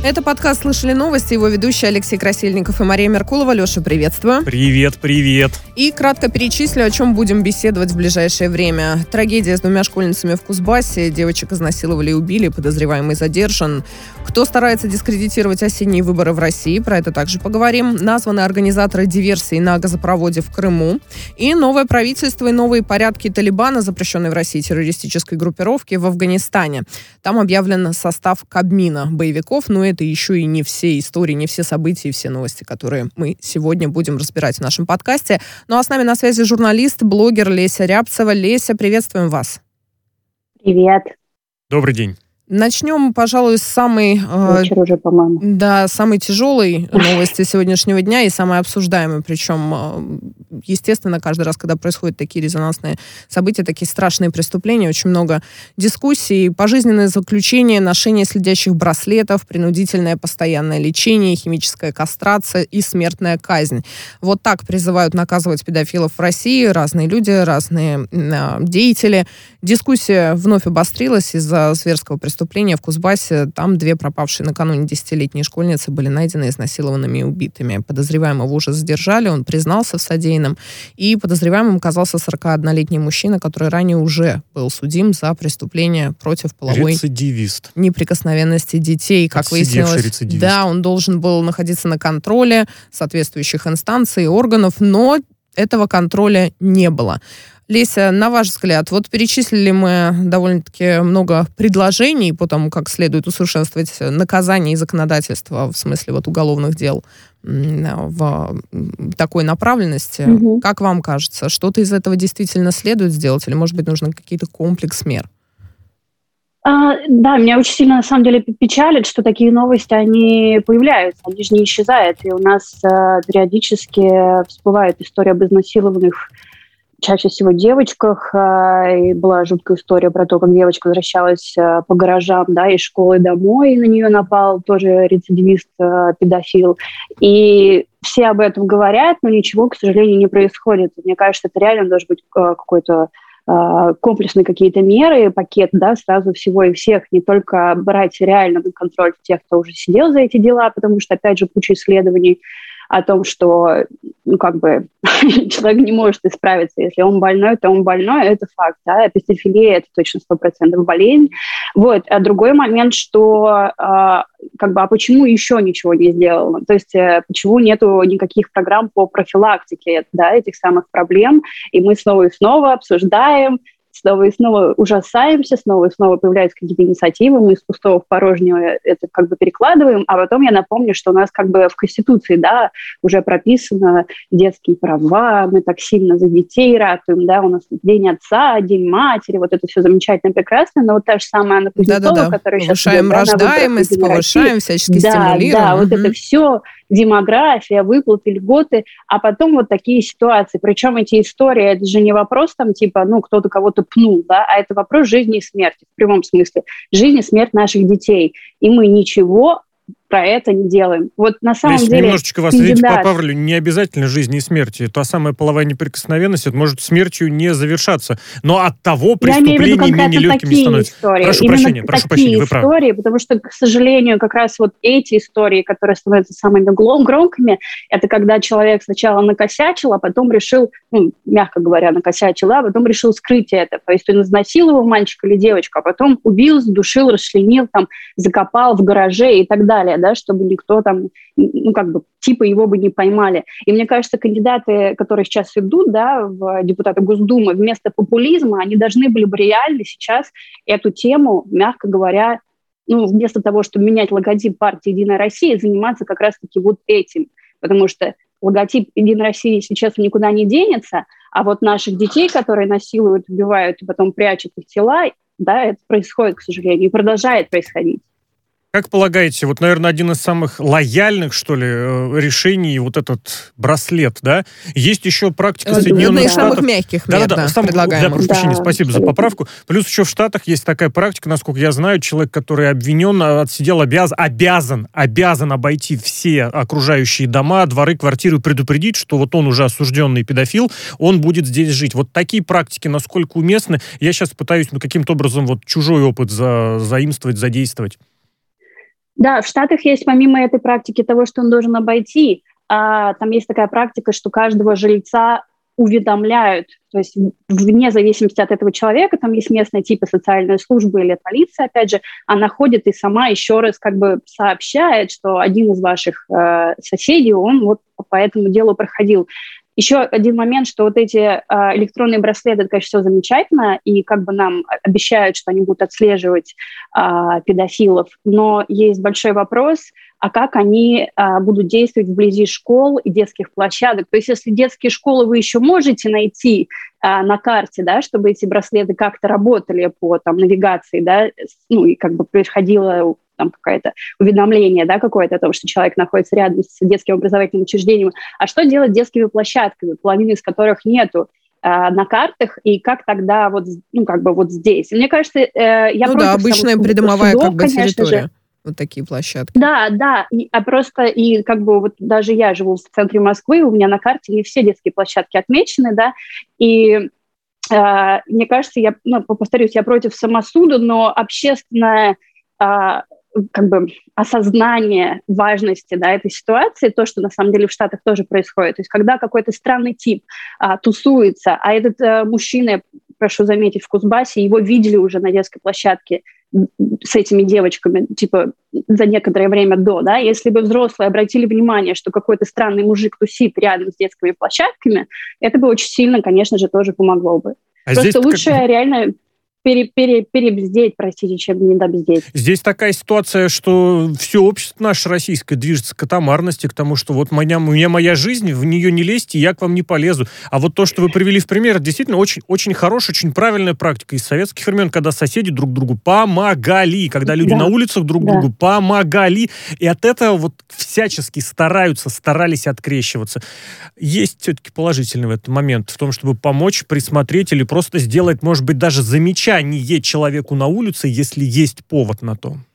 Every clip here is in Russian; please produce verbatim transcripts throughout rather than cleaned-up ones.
Это подкаст «Слышали новости», его ведущие Алексей Красильников и Мария Меркулова. Леша, приветствую. Привет, привет. И кратко перечислю, о чем будем беседовать в ближайшее время. Трагедия с двумя школьницами в Кузбассе. Девочек изнасиловали и убили, подозреваемый задержан. Кто старается дискредитировать осенние выборы в России, про это также поговорим. Названы организаторы диверсии на газопроводе в Крыму. И новое правительство и новые порядки Талибана, запрещенной в России террористической группировки, в Афганистане. Там объявлен состав Кабмина боевиков, но это еще и не все истории, не все события и все новости, которые мы сегодня будем разбирать в нашем подкасте. Ну а с нами на связи журналист, блогер Леся Рябцева. Леся, приветствуем вас. Привет. Добрый день. Начнем, пожалуй, с самой, Вечер уже, по-моему. Да, самой тяжелой новости сегодняшнего дня и самой обсуждаемой. Причем, естественно, каждый раз, когда происходят такие резонансные события, такие страшные преступления, очень много дискуссий, пожизненное заключение, ношение следящих браслетов, принудительное постоянное лечение, химическая кастрация и смертная казнь. Вот так призывают наказывать педофилов в России разные люди, разные э, деятели. Дискуссия вновь обострилась из-за зверского преступления. Преступления в Кузбассе. Там две пропавшие накануне десятилетние школьницы были найдены изнасилованными и убитыми. Подозреваемого уже задержали, он признался в содеянном. И подозреваемым оказался сорокаоднолетний мужчина, который ранее уже был судим за преступление против половой рецидивист. Неприкосновенности детей. Как выяснилось, рецидивист. Да, он должен был находиться на контроле соответствующих инстанций и органов, но этого контроля не было. Леся, на ваш взгляд, вот перечислили мы довольно-таки много предложений по тому, как следует усовершенствовать наказание и законодательство в смысле вот уголовных дел в такой направленности. Угу. Как вам кажется, что-то из этого действительно следует сделать или, может быть, нужен какой-то комплекс мер? А, да, меня очень сильно, на самом деле, печалит, что такие новости, они появляются, они же не исчезают. И у нас а, периодически всплывает история об изнасилованных чаще всего девочках. И была жуткая история про то, как девочка возвращалась по гаражам, да, из школы домой, и на нее напал тоже рецидивист, педофил. И все об этом говорят, но ничего, к сожалению, не происходит. Мне кажется, это реально должен быть какой-то комплексные какие-то меры, пакет, да, сразу всего и всех, не только брать реально на контроль тех, кто уже сидел за эти дела, потому что, опять же, куча исследований о том, что, ну, как бы, человек не может исправиться. Если он больной, то он больной, это факт, да, эпистефилия – это точно сто процентов болезнь. Вот. А другой момент, что, а, как бы, а почему еще ничего не сделано? То есть, почему нету никаких программ по профилактике, да, этих самых проблем, и мы снова и снова обсуждаем, снова и снова ужасаемся, снова и снова появляются какие-то инициативы, мы из пустого в порожнее это как бы перекладываем, а потом я напомню, что у нас как бы в Конституции, да, уже прописано детские права, мы так сильно за детей ратуем, да, у нас День отца, День матери, вот это все замечательно, прекрасно, но вот та же самая Анна Кузнецова, Да-да-да. которая повышаем сейчас... Повышаем рождаемость, повышаем, всячески да, стимулируем. Да, угу. Вот это все, демография, выплаты, льготы, а потом вот такие ситуации. Причем эти истории, это же не вопрос там типа, ну, кто-то кого-то пнул, да, а это вопрос жизни и смерти, в прямом смысле. Жизнь и смерть наших детей. И мы ничего про это не делаем. Вот на самом Если деле... немножечко вас, извините, поправлю, не обязательно жизни и смерти. Та самая половая неприкосновенность, это может смертью не завершаться. Но от того преступление менее легким не становится. Истории. Прошу Именно прощения, прошу прощения, вы правы. Истории, потому что, к сожалению, как раз вот эти истории, которые становятся самыми громкими, это когда человек сначала накосячил, а потом решил, ну, мягко говоря, накосячил, а потом решил скрыть это. То есть он изнасиловал мальчика или девочку, а потом убил, задушил, расчленил, там, закопал в гараже и так далее, да, чтобы никто там, ну, как бы, типа его бы не поймали. И мне кажется, кандидаты, которые сейчас идут, да, в депутаты Госдумы, вместо популизма, они должны были бы реально сейчас эту тему, мягко говоря, ну, вместо того, чтобы менять логотип партии «Единая Россия», заниматься как раз-таки вот этим. Потому что логотип «Единой России» сейчас никуда не денется, а вот наших детей, которые насилуют, убивают и потом прячут их тела, да, это происходит, к сожалению, и продолжает происходить. Как полагаете, вот, наверное, один из самых лояльных, что ли, решений, вот этот браслет, да? Есть еще практика Соединенных Штатов. Самых мягких мер, да, да, да, сам, предлагаемых. Да, прошу да. прощения, спасибо за поправку. Плюс еще в Штатах есть такая практика, насколько я знаю, человек, который обвинен, отсидел, обязан, обязан, обязан обойти все окружающие дома, дворы, квартиры, предупредить, что вот он уже осужденный педофил, он будет здесь жить. Вот такие практики, насколько уместны? Я сейчас пытаюсь ну, каким-то образом вот чужой опыт за, заимствовать, задействовать. Да, в Штатах есть помимо этой практики того, что он должен обойти, а, там есть такая практика, что каждого жильца уведомляют, то есть вне зависимости от этого человека, там есть местные типы социальной службы или полиция, опять же, она ходит и сама еще раз как бы сообщает, что один из ваших э, соседей, он вот по этому делу проходил. Еще один момент, что вот эти э, электронные браслеты, это, конечно, все замечательно, и как бы нам обещают, что они будут отслеживать э, педофилов, но есть большой вопрос, а как они э, будут действовать вблизи школ и детских площадок. То есть если детские школы вы еще можете найти э, на карте, да, чтобы эти браслеты как-то работали по там, навигации, да, ну и как бы происходило там какое-то уведомление, да, какое-то о том, что человек находится рядом с детским образовательным учреждением. А что делать с детскими площадками, половины из которых нету э, на картах, и как тогда вот, ну, как бы вот здесь? Мне кажется, э, я ну против да, обычная самых придомовая судов, как бы территория. Же. Вот такие площадки. Да, да, и, а просто и как бы вот даже я живу в центре Москвы, у меня на карте не все детские площадки отмечены, да, и э, мне кажется, я, ну, повторюсь, я против самосуда, но общественное э, как бы осознание важности, да, этой ситуации, то, что на самом деле в Штатах тоже происходит, то есть когда какой-то странный тип а, тусуется, а этот а, мужчина, прошу заметить, в Кузбассе, его видели уже на детской площадке с этими девочками, типа, за некоторое время до, да, если бы взрослые обратили внимание, что какой-то странный мужик тусит рядом с детскими площадками, это бы очень сильно, конечно же, тоже помогло бы. А просто лучше как... реально... Пере, пере, перебздеть, простите, чем недобздеть. Здесь такая ситуация, что все общество наше российское движется к атомарности, к тому, что вот моя, у меня моя жизнь, в нее не лезьте, я к вам не полезу. А вот то, что вы привели в пример, действительно очень, очень хорошая, очень правильная практика из советских времен, когда соседи друг другу помогали, когда люди да. на улицах друг да. другу помогали, и от этого вот всячески стараются, старались открещиваться. Есть все-таки положительный в этот момент в том, чтобы помочь, присмотреть или просто сделать, может быть, даже замечание человеку на улице, если есть повод на то.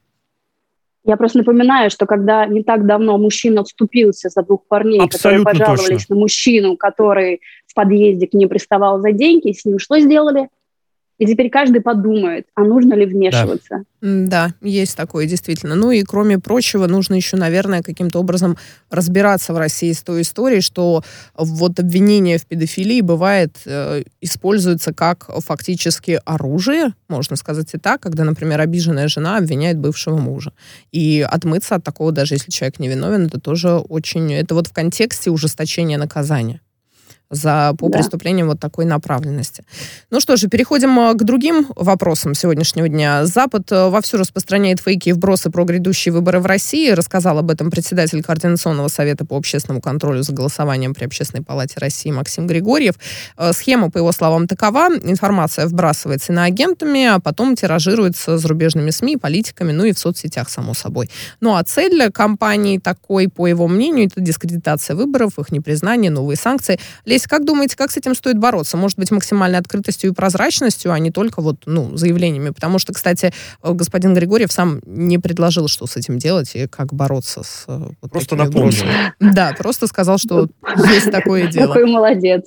Я просто напоминаю, что когда не так давно мужчина вступился за двух парней, абсолютно которые пожаловались точно. на мужчину, который в подъезде к ним приставал за деньги, с ним что сделали? И теперь каждый подумает, а нужно ли вмешиваться. Да. да, есть такое, действительно. Ну и, кроме прочего, нужно еще, наверное, каким-то образом разбираться в России с той историей, что вот обвинение в педофилии бывает, э, используется как фактически оружие, можно сказать и так, когда, например, обиженная жена обвиняет бывшего мужа. И отмыться от такого, даже если человек невиновен, это тоже очень... Это вот в контексте ужесточения наказания за, по да. преступлениям вот такой направленности. Ну что же, переходим к другим вопросам сегодняшнего дня. Запад вовсю распространяет фейки и вбросы про грядущие выборы в России. Рассказал об этом председатель Координационного совета по общественному контролю за голосованием при Общественной палате России Максим Григорьев. Схема, по его словам, такова. Информация вбрасывается иноагентами, а потом тиражируется зарубежными СМИ, политиками, ну и в соцсетях, само собой. Ну а цель кампании такой, по его мнению, это дискредитация выборов, их непризнание, новые санкции. Как думаете, как с этим стоит бороться? Может быть, максимальной открытостью и прозрачностью, а не только вот, ну, заявлениями? Потому что, кстати, господин Григорьев сам не предложил, что с этим делать и как бороться с... Вот просто напомнил. Да, просто сказал, что есть такое дело. Какой молодец.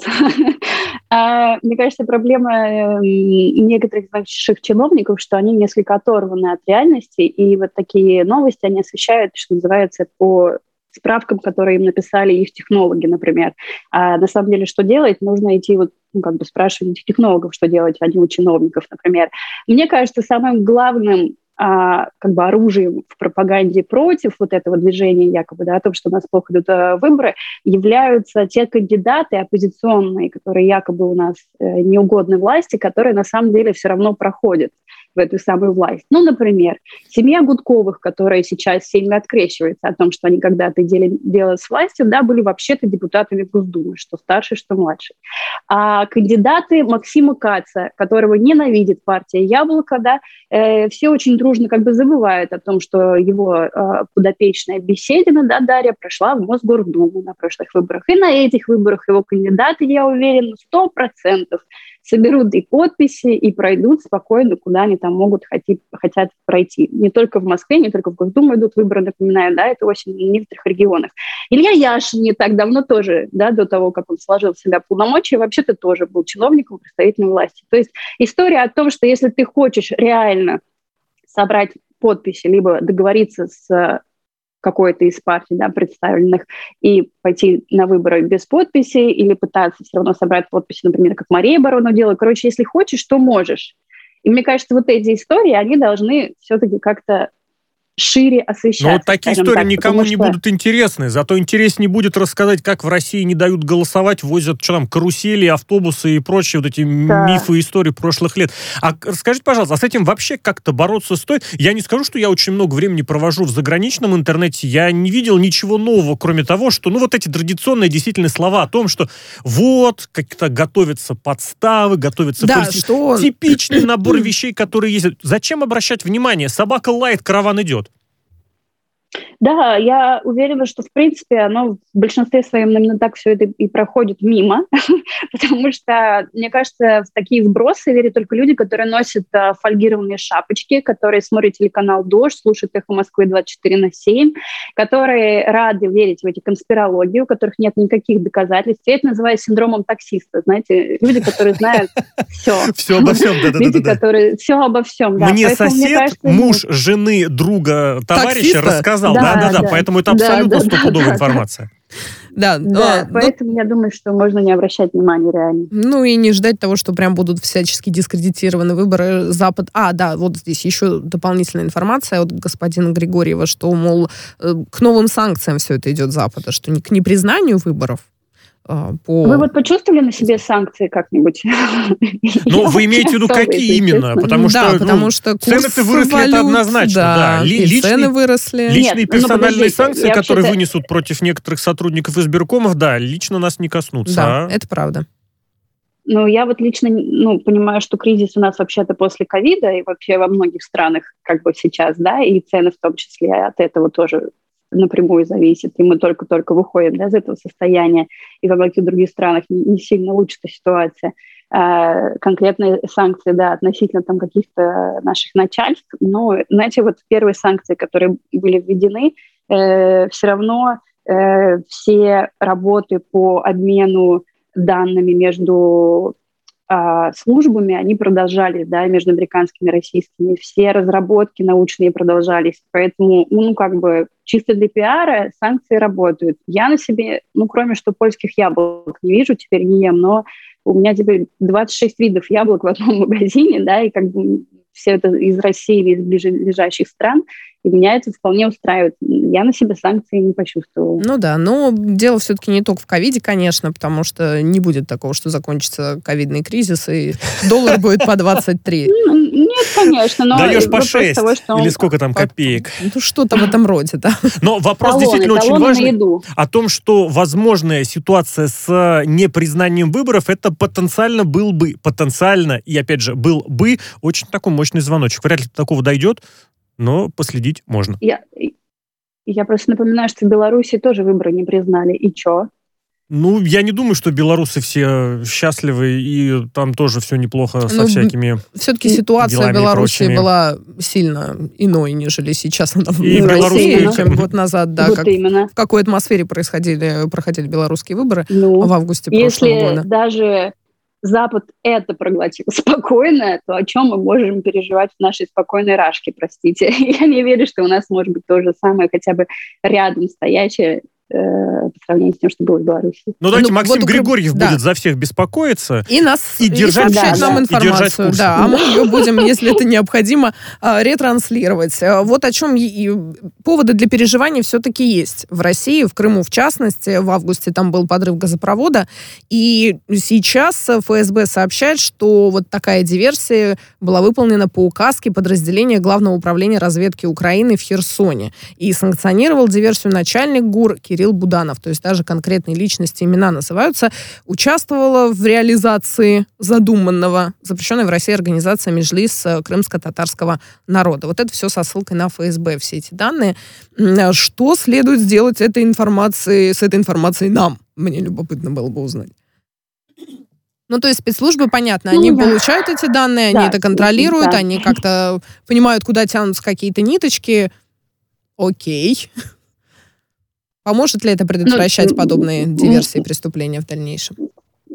Мне кажется, проблема некоторых больших чиновников, что они несколько оторваны от реальности, и вот такие новости они освещают, что называется, по... справкам, которые им написали их технологи, например. А на самом деле, что делать? Нужно идти вот, ну, как бы спрашивать этих технологов, что делать, а не у чиновников, например. Мне кажется, самым главным а, как бы оружием в пропаганде против вот этого движения якобы, да, о том, что у нас плохо идут а, выборы, являются те кандидаты оппозиционные, которые якобы у нас э, неугодны власти, которые на самом деле все равно проходят в эту самую власть. Ну, например, семья Гудковых, которая сейчас сильно открещивается о том, что они когда-то делали дело с властью, да, были вообще-то депутатами Госдумы, что старший, что младший. А кандидаты Максима Каца, которого ненавидит партия «Яблоко», да, э, все очень дружно как бы забывают о том, что его э, подопечная Беседина, да, Дарья, прошла в Мосгордуму на прошлых выборах. И на этих выборах его кандидаты, я уверена, сто процентов соберут и подписи, и пройдут спокойно, куда они там могут хотеть, хотят пройти. Не только в Москве, не только в Госдуму идут выборы, напоминаю, да, это осень в некоторых регионах. Илья Яшин не так давно тоже, да, до того, как он сложил в себя полномочия, вообще-то тоже был чиновником представительной власти. То есть история о том, что если ты хочешь реально собрать подписи, либо договориться с какой-то из партий, да, представленных, и пойти на выборы без подписи, или пытаться все равно собрать подписи, например, как Мария Баронова делала. Короче, если хочешь, то можешь. И мне кажется, вот эти истории, они должны все-таки как-то шире освещаться. Но вот такие истории так, никому не что... будут интересны. Зато интереснее будет рассказать, как в России не дают голосовать, возят что там, карусели, автобусы и прочие вот эти да. мифы и истории прошлых лет. А скажите, пожалуйста, а с этим вообще как-то бороться стоит? Я не скажу, что я очень много времени провожу в заграничном интернете. Я не видел ничего нового, кроме того, что, ну, вот эти традиционные действительно слова о том, что вот, как-то готовятся подставы, готовятся... Да, фальси... что... Типичный набор вещей, которые есть. Зачем обращать внимание? Собака лает, караван идет. Да, я уверена, что, в принципе, оно в большинстве своем именно так все это и проходит мимо, потому что, мне кажется, в такие вбросы верят только люди, которые носят а, фольгированные шапочки, которые смотрят телеканал «Дождь», слушают «Эхо Москвы» двадцать четыре на семь, которые рады верить в эти конспирологии, у которых нет никаких доказательств. Я это называю синдромом таксиста, знаете, люди, которые знают все. Все обо всем, да-да-да. Люди, которые все обо всем, да. Мне сосед, муж жены, друга, товарища рассказал, да? Да-да-да, поэтому это абсолютно да, стопудовая да, информация. Да, да, но, поэтому но... я думаю, что можно не обращать внимания реально. Ну и не ждать того, что прям будут всячески дискредитированы выборы. Запад... А, да, вот здесь еще дополнительная информация от господина Григорьева, что, мол, к новым санкциям все это идет Запада, что не к непризнанию выборов. По... Вы вот почувствовали на себе санкции как-нибудь? Ну, вы имеете в виду, какие именно? Потому что, да, потому что цены-то выросли, это однозначно. Да, и цены выросли. Личные персональные санкции, которые вынесут против некоторых сотрудников избиркомов, да, лично нас не коснутся. Да, это правда. Ну, я вот лично ну, понимаю, что кризис у нас вообще-то после ковида и вообще во многих странах как бы сейчас, да, и цены в том числе от этого тоже напрямую зависит, и мы только-только выходим, да, из этого состояния, и во многих других странах не, не сильно улучшится ситуация. А, конкретные санкции, да, относительно там каких-то наших начальств, но, знаете, вот первые санкции, которые были введены, э, все равно э, все работы по обмену данными между службами, они продолжались, да, между американскими и российскими. Все разработки научные продолжались. Поэтому, ну, как бы, чисто для пиара санкции работают. Я на себе, ну, кроме что польских яблок не вижу, теперь не ем, но у меня теперь двадцать шесть видов яблок в одном магазине, да, и как бы все это из России или из ближайших стран, и меня это вполне устраивает. Я на себе санкции не почувствовала. Ну да, но дело все-таки не только в ковиде, конечно, потому что не будет такого, что закончится ковидный кризис, и доллар будет по двадцать три. Нет, конечно, но... Даешь по шесть, или сколько там копеек. Ну что-то в этом роде, да. Но вопрос действительно очень важный о том, что возможная ситуация с непризнанием выборов, это потенциально был бы, потенциально, и опять же, был бы очень такой мощный звоночек. Вряд ли до такого дойдет, но последить можно. Я, я просто напоминаю, что в Беларуси тоже выборы не признали. И чё? Ну, я не думаю, что белорусы все счастливы, и там тоже все неплохо со ну, всякими все-таки ситуация в Беларуси была сильно иной, нежели сейчас она и в России, ну, чем год назад. Да, вот как, именно. В какой атмосфере происходили, проходили белорусские выборы ну, в августе прошлого если года. Даже Запад это проглотил спокойно, то о чем мы можем переживать в нашей спокойной рашке, простите. Я не верю, что у нас может быть то же самое, хотя бы рядом стоящее, по сравнению с тем, что было в Беларуси. Ну, давайте ну, Максим вот Григорьев да. будет за всех беспокоиться. И нас и, держать, и сообщать да, нам да. информацию. И да, а мы ее будем, если это необходимо, ретранслировать. Вот о чем и поводы для переживаний все-таки есть. В России, в Крыму в частности, в августе там был подрыв газопровода, и сейчас ФСБ сообщает, что вот такая диверсия была выполнена по указке подразделения Главного управления разведки Украины в Херсоне. И санкционировал диверсию начальник ГУР Кирилл Буданов, то есть даже конкретные личности, имена называются, участвовала в реализации задуманного запрещенной в России организации Меджлис крымско-татарского народа. Вот это все со ссылкой на ФСБ, все эти данные. Что следует сделать с этой информацией, с этой информацией нам? Мне любопытно было бы узнать. Ну, то есть спецслужбы, понятно, они ну, да. получают эти данные, да, они это контролируют, да. они как-то понимают, куда тянутся какие-то ниточки. Окей. Поможет ли это предотвращать ну, подобные диверсии и преступления в дальнейшем?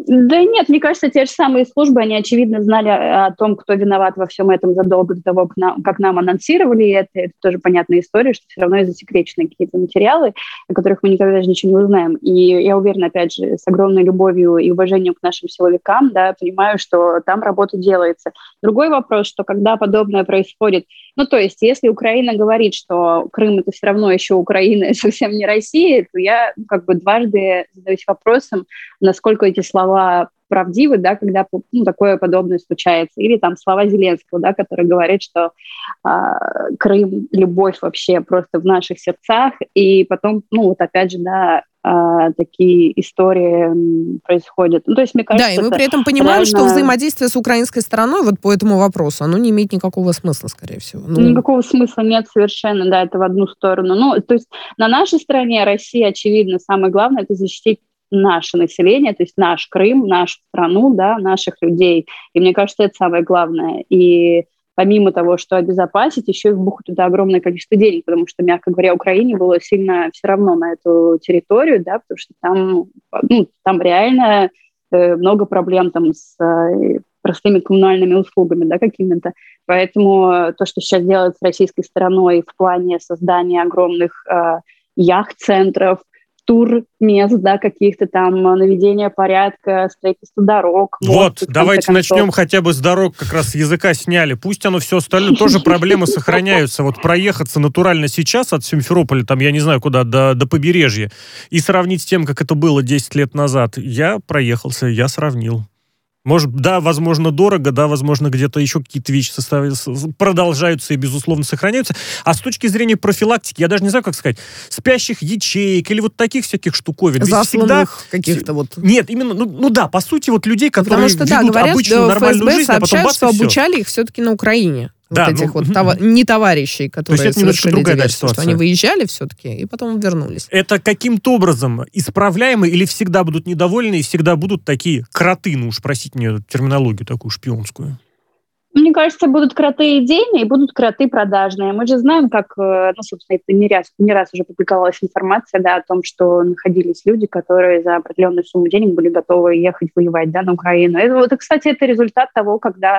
Да нет, мне кажется, те же самые службы, они, очевидно, знали о том, кто виноват во всем этом задолго до того, как нам, как нам анонсировали это. Это тоже понятная история, что все равно и засекречены какие-то материалы, о которых мы никогда даже ничего не узнаем. И я уверена, опять же, с огромной любовью и уважением к нашим силовикам, да, понимаю, что там работа делается. Другой вопрос, что когда подобное происходит, ну, то есть, если Украина говорит, что Крым — это все равно еще Украина, совсем не Россия, то я как бы дважды задаюсь вопросом, насколько эти слова правдивы, да, когда ну, такое подобное случается. Или там слова Зеленского, да, который говорит, что э, Крым — любовь вообще просто в наших сердцах. И потом, ну, вот опять же, да, э, такие истории происходят. Ну, то есть, мне кажется, да, и мы это при этом понимаем, реально... что взаимодействие с украинской стороной вот по этому вопросу, оно не имеет никакого смысла, скорее всего. Ну... Никакого смысла нет совершенно, да, это в одну сторону. Ну, то есть на нашей стороне России, очевидно, самое главное — это защитить наше население, то есть наш Крым, нашу страну, да, наших людей. И мне кажется, это самое главное. И помимо того, что обезопасить, еще и вбухать туда огромное количество денег, потому что, мягко говоря, Украине было сильно все равно на эту территорию, да, потому что там, ну, там реально э, много проблем там с э, простыми коммунальными услугами, да, какими-то. Поэтому то, что сейчас делается с российской стороной в плане создания огромных э, яхт-центров, тур-мест, да, каких-то там, наведения порядка, строительство дорог. Вот, мостов, давайте начнем хотя бы с дорог, как раз языка сняли. Пусть оно все остальное, тоже проблемы сохраняются. Вот проехаться натурально сейчас от Симферополя, там, я не знаю куда, до, до побережья, и сравнить с тем, как это было десять лет назад. Я проехался, я сравнил. Может, да, возможно, дорого, да, возможно, где-то еще какие-то вещи продолжаются и, безусловно, сохраняются. А с точки зрения профилактики, я даже не знаю, как сказать, спящих ячеек или вот таких всяких штуковин. Засланных всегда... каких-то вот... Нет, именно, ну, ну да, по сути, вот людей, которые Потому что, ведут да, говорят, обычную нормальную жизнь, а потом бац, что обучали их все-таки на Украине. Да, вот этих ну, вот това- не товарищей, которые то есть это немножко другая диверсию, ситуация. Что они выезжали все-таки и потом вернулись. Это каким-то образом исправляемо или всегда будут недовольны и всегда будут такие кроты, ну уж простите мне терминологию такую шпионскую? Мне кажется, будут кроты идейные и будут кроты продажные. Мы же знаем, как, ну, собственно, это не раз, не раз уже публиковалась информация, да, о том, что находились люди, которые за определенную сумму денег были готовы ехать воевать, да, на Украину. Это, вот, кстати, это результат того, когда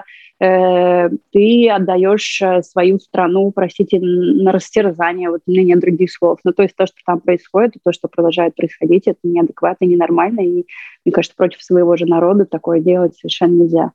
э, ты отдаешь свою страну, простите, на растерзание, вот у меня нет других слов. Ну, то есть то, что там происходит, и то, что продолжает происходить, это неадекватно, ненормально, и, мне кажется, против своего же народа такое делать совершенно нельзя.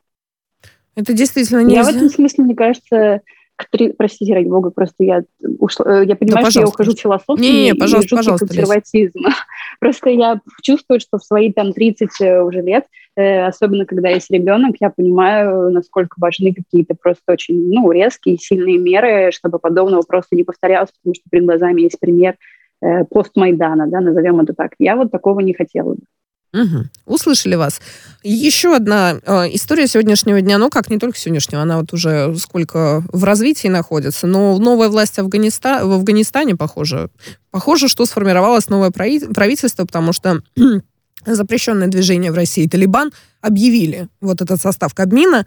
Это действительно нельзя. Я в этом смысле, мне кажется, простите, ради бога, просто я ушла, я понимаю, да, что я ухожу в философию не, не, пожалуйста, и пожалуйста, консерватизм. Просто я чувствую, что в свои там тридцать уже лет, э, особенно когда есть ребенок, я понимаю, насколько важны какие-то просто очень, ну, резкие, сильные меры, чтобы подобного просто не повторялось, потому что перед глазами есть пример э, пост-Майдана, да, назовем это так. Я вот такого не хотела бы. Угу. Услышали вас. Еще одна э, история сегодняшнего дня, ну как не только сегодняшнего, она вот уже сколько в развитии находится, но новая власть Афганиста... в Афганистане, похоже, похоже, что сформировалось новое правительство, потому что запрещенное движение в России «Талибан» объявили вот этот состав Кабмина,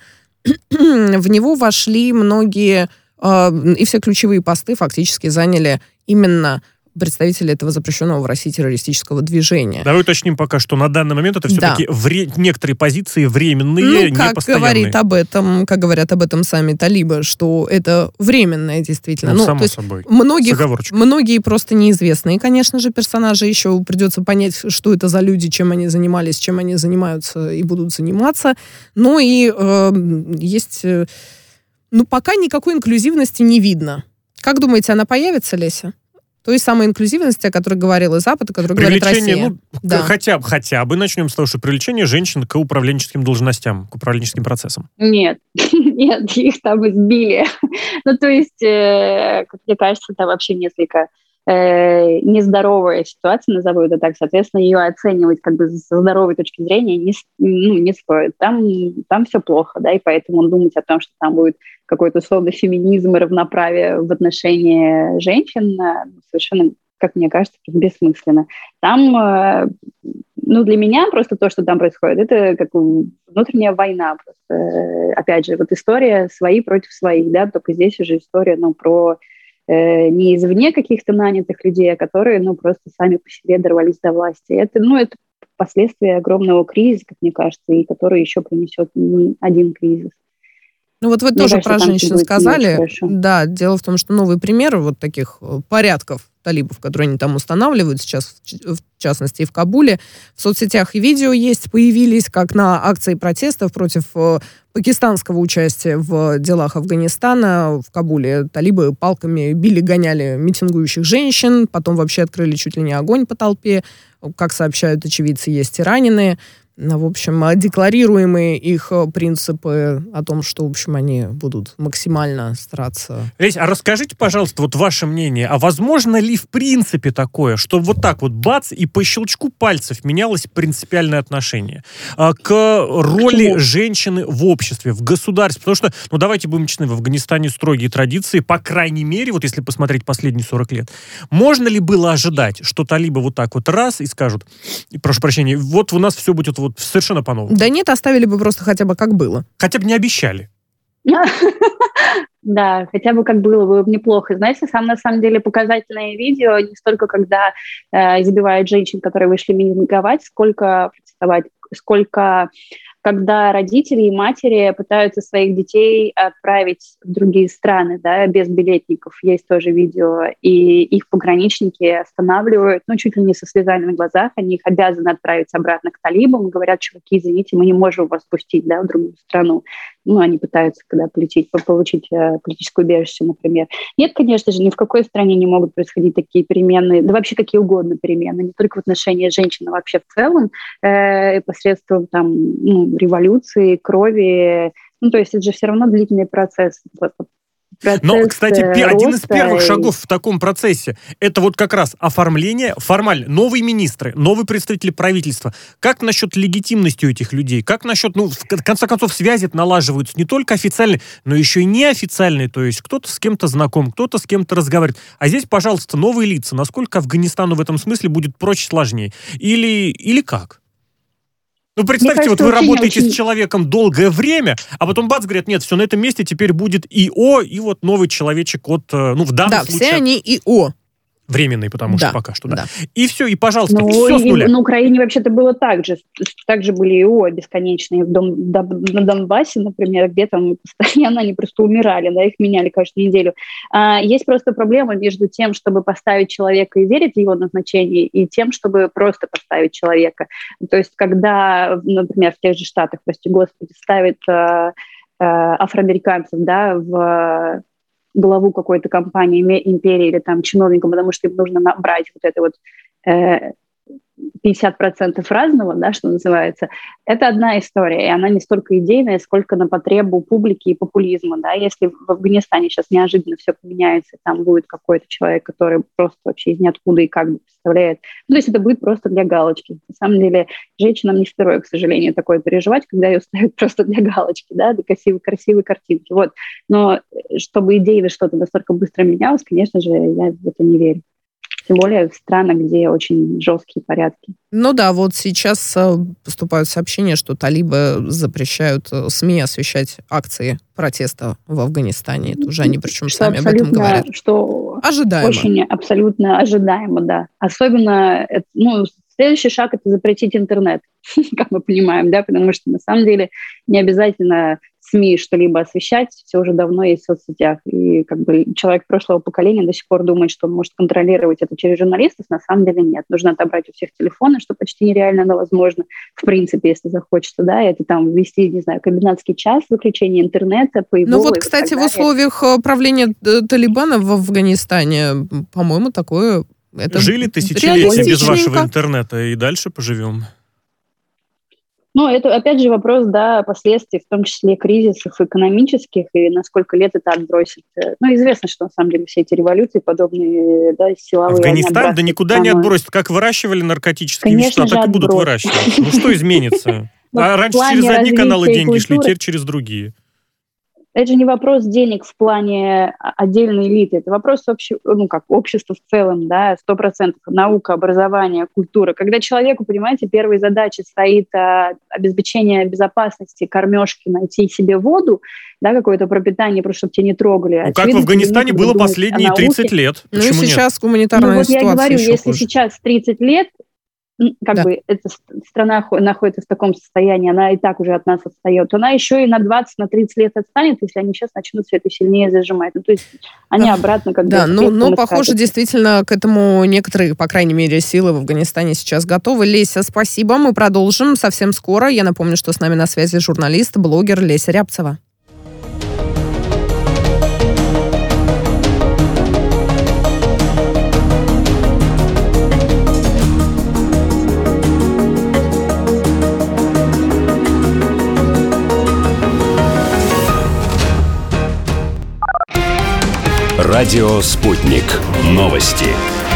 в него вошли многие, э, и все ключевые посты фактически заняли именно представители этого запрещенного в России террористического движения. Давай уточним пока, что на данный момент это все-таки да. вре- некоторые позиции временные, ну, как непостоянные. Говорит об этом, как говорят об этом сами талибы, что это временное действительно. Ну, ну само то есть собой. Многих, многие просто неизвестные, конечно же, персонажи. Еще придется понять, что это за люди, чем они занимались, чем они занимаются и будут заниматься. Ну и э, есть... Э, ну, пока никакой инклюзивности не видно. Как думаете, она появится, Леся? Той самой инклюзивности, о которой говорил и Запад, о которой говорит Россия. Ну, да. хотя, хотя бы начнем с того, что привлечение женщин к управленческим должностям, к управленческим процессам. Нет, нет, их там избили. Ну, то есть, э, как мне кажется, это вообще несколько э, нездоровая ситуация, назову это так. Соответственно, ее оценивать как бы с здоровой точки зрения не, ну, не стоит. Там, там все плохо, да, и поэтому думать о том, что там будет какой-то условный феминизм и равноправие в отношении женщин, совершенно, как мне кажется, бессмысленно. Там, ну, для меня просто то, что там происходит, это как внутренняя война. Просто, опять же, вот история свои против своих, да, только здесь уже история, ну, про э, не извне каких-то нанятых людей, а которые, ну, просто сами по себе дорвались до власти. Это, ну, это последствия огромного кризиса, как мне кажется, и который еще принесет не один кризис. Ну вот вы Мне тоже кажется, про там женщин будет не очень сказали. хорошо. Да, дело в том, что новый пример вот таких э, порядков талибов, которые они там устанавливают сейчас, в ч- в частности, и в Кабуле. В соцсетях и видео есть, появились, как на акции протестов против э, пакистанского участия в делах Афганистана. В Кабуле талибы палками били, гоняли митингующих женщин, потом вообще открыли чуть ли не огонь по толпе. Как сообщают очевидцы, есть и раненые. Ну, в общем, декларируемые их принципы о том, что, в общем, они будут максимально стараться... Лесь, а расскажите, пожалуйста, вот ваше мнение, а возможно ли в принципе такое, что вот так вот бац, и по щелчку пальцев менялось принципиальное отношение а, к роли Почему? женщины в обществе, в государстве? Потому что, ну давайте будем честны, в Афганистане строгие традиции, по крайней мере, вот если посмотреть последние сорок лет. Можно ли было ожидать, что талибы вот так вот раз и скажут, прошу прощения, вот у нас все будет вот совершенно по-новому? Да нет, оставили бы просто хотя бы как было. Хотя бы не обещали. Да, хотя бы как было бы неплохо. Знаете, сам на самом деле показательное видео не столько, когда э, избивают женщин, которые вышли митинговать, сколько протестовать, сколько когда родители и матери пытаются своих детей отправить в другие страны, да, без билетников. Есть тоже видео, и их пограничники останавливают, ну, чуть ли не со слезами на глазах, они их обязаны отправить обратно к талибам, говорят, чуваки, извините, мы не можем вас пустить, да, в другую страну. Ну, они пытаются, когда полететь, получить э, политическое убежище, например. Нет, конечно же, ни в какой стране не могут происходить такие перемены, да вообще какие угодно перемены, не только в отношении женщин, а вообще в целом, э, посредством там, ну, революции, крови. Ну, то есть это же все равно длительный процесс. Процесс Но, кстати, один из первых и... шагов в таком процессе — это вот как раз оформление, формально, новые министры, новые представители правительства. Как насчет легитимности у этих людей? Как насчет, ну, в конце концов, связи налаживаются не только официальные, но еще и неофициальные. То есть кто-то с кем-то знаком, кто-то с кем-то разговаривает. А здесь, пожалуйста, новые лица. Насколько Афганистану в этом смысле будет проще, сложнее? Или, или как? Ну, представьте, кажется, вот вы работаете очень... с человеком долгое время, а потом бац, говорят, нет, все, на этом месте теперь будет ИО, и вот новый человечек от, ну, в данном Да, случае... все они ИО. Временный, потому Да, что пока что, да. да. И все, и, пожалуйста, Ну, все с и нуля. на Украине вообще-то было так же. Также были ИО бесконечные в Дон, на Донбассе, например, где там постоянно они просто умирали, да, их меняли каждую неделю. А, есть просто проблема между тем, чтобы поставить человека и верить в его назначение, и тем, чтобы просто поставить человека. То есть, когда, например, в тех же Штатах, прости господи, ставят а, а, афроамериканцев, да, в главу какой-то компании, империи или там чиновникам, потому что им нужно набрать вот это вот э, пятьдесят процентов разного, да, что называется, это одна история, и она не столько идейная, сколько на потребу публики и популизма, да, если в Афганистане сейчас неожиданно все поменяется, там будет какой-то человек, который просто вообще из ниоткуда и как бы представляет, ну, то есть это будет просто для галочки. На самом деле, женщинам не второе, к сожалению, такое переживать, когда ее ставят просто для галочки, да, для красивой, красивой картинки, вот. Но чтобы идейно что-то настолько быстро менялось, конечно же, я в это не верю. Тем более в странах, где очень жесткие порядки. Ну да, вот сейчас э, поступают сообщения, что талибы запрещают э, СМИ освещать акции протеста в Афганистане. Это уже они причем что сами об этом говорят. Что ожидаемо. Очень абсолютно ожидаемо, да. Особенно, ну, следующий шаг — это запретить интернет, как мы понимаем, да, потому что на самом деле не обязательно СМИ что-либо освещать, все уже давно есть в соцсетях. И как бы человек прошлого поколения до сих пор думает, что он может контролировать это через журналистов, на самом деле нет. Нужно отобрать у всех телефоны, что почти нереально, но возможно, в принципе, если захочется, да, это там ввести, не знаю, комендантский час, выключение интернета, Ну вот, кстати, в условиях правления Талибана в Афганистане, по-моему, такое... Это жили тысячелетия без вашего интернета, и дальше поживем. Ну, это, опять же, вопрос, да, последствий, в том числе кризисов экономических, и на сколько лет это отбросит. Ну, известно, что, на самом деле, все эти революции, подобные, да, силовые... Афганистан, да никуда не отбросит. Как выращивали наркотические Конечно вещества, так и будут выращивать. Ну, что изменится? А раньше через одни каналы деньги шли, теперь через другие. Это же не вопрос денег в плане отдельной элиты, это вопрос обще, ну, как общества в целом, да, сто процентов наука, образование, культура. Когда человеку, понимаете, первой задачей стоит а, обеспечение безопасности, кормежки, найти себе воду, да, какое-то пропитание, просто чтобы тебя не трогали. Ну, как в Афганистане было последние тридцать лет. Ну и сейчас гуманитарная ну, вот ситуация. Я говорю, если хуже. сейчас тридцать лет, как да. бы эта страна находится в таком состоянии, она и так уже от нас отстает, она еще и на двадцать, на тридцать лет отстанет, если они сейчас начнут все это сильнее зажимать. Ну, то есть они обратно как бы... Да, ну, ну похоже, действительно, к этому некоторые, по крайней мере, силы в Афганистане сейчас готовы. Леся, спасибо. Мы продолжим совсем скоро. Я напомню, что с нами на связи журналист, блогер Леся Рябцева. Радио «Спутник». Новости.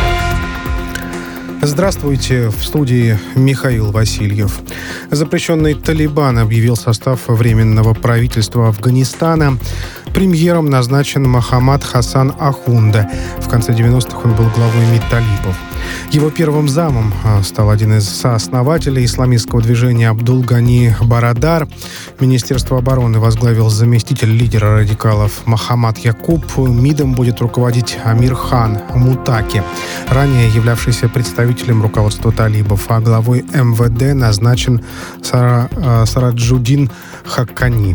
Здравствуйте, в студии Михаил Васильев. Запрещенный Талибан объявил состав Временного правительства Афганистана. Премьером назначен Мохаммад Хасан Ахунда. В конце девяностых он был главой МИД талибов. Его первым замом стал один из сооснователей исламистского движения Абдул-Гани Барадар. Министерство обороны возглавил заместитель лидера радикалов Мохаммад Якуб. МИДом будет руководить Амир Хан Мутаки, ранее являвшийся представителем руководства талибов, а главой эм вэ дэ назначен Сара, Сараджудин Хаккани.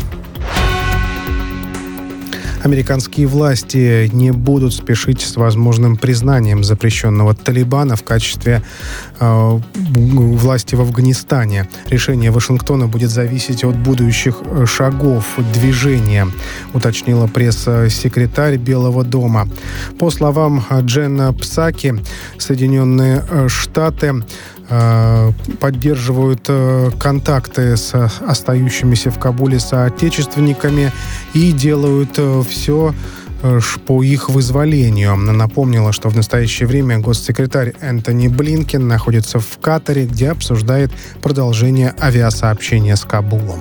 Американские власти не будут спешить с возможным признанием запрещенного Талибана в качестве э, власти в Афганистане. Решение Вашингтона будет зависеть от будущих шагов движения, уточнила пресс-секретарь Белого дома. По словам Дженна Псаки, Соединенные Штаты поддерживают контакты с остающимися в Кабуле соотечественниками и делают все по их вызволению. Она напомнила, что в настоящее время госсекретарь Энтони Блинкен находится в Катаре, где обсуждает продолжение авиасообщения с Кабулом.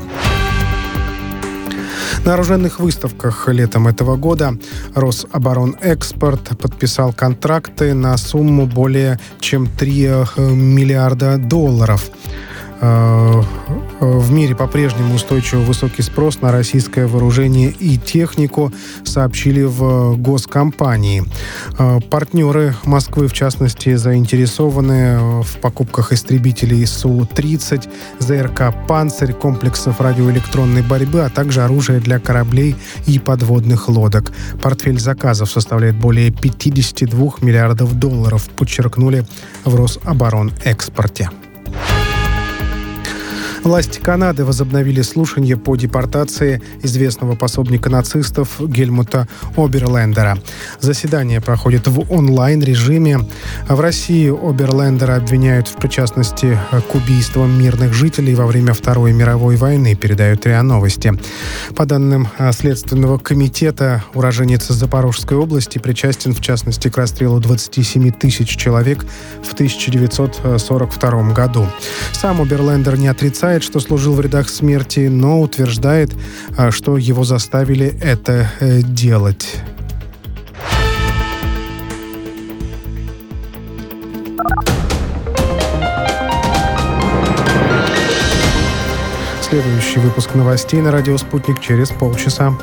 На оружейных выставках летом этого года Рособоронэкспорт подписал контракты на сумму более чем три миллиарда долларов. В мире по-прежнему устойчиво высокий спрос на российское вооружение и технику, сообщили в госкомпании. Партнеры Москвы, в частности, заинтересованы в покупках истребителей Су тридцать, зэ эр ка «Панцирь», комплексов радиоэлектронной борьбы, а также оружия для кораблей и подводных лодок. Портфель заказов составляет более пятьдесят два миллиардов долларов, подчеркнули в Рособоронэкспорте. Власти Канады возобновили слушания по депортации известного пособника нацистов Гельмута Оберлендера. Заседание проходит в онлайн-режиме. В России Оберлендера обвиняют в причастности к убийствам мирных жителей во время Второй мировой войны, передают РИА Новости. По данным Следственного комитета, уроженец Запорожской области причастен, в частности, к расстрелу двадцати семи тысяч человек в тысяча девятьсот сорок втором году. Сам Оберлендер не отрицает, что служил в рядах смерти, но утверждает, что его заставили это делать. Следующий выпуск новостей на радио «Спутник» через полчаса.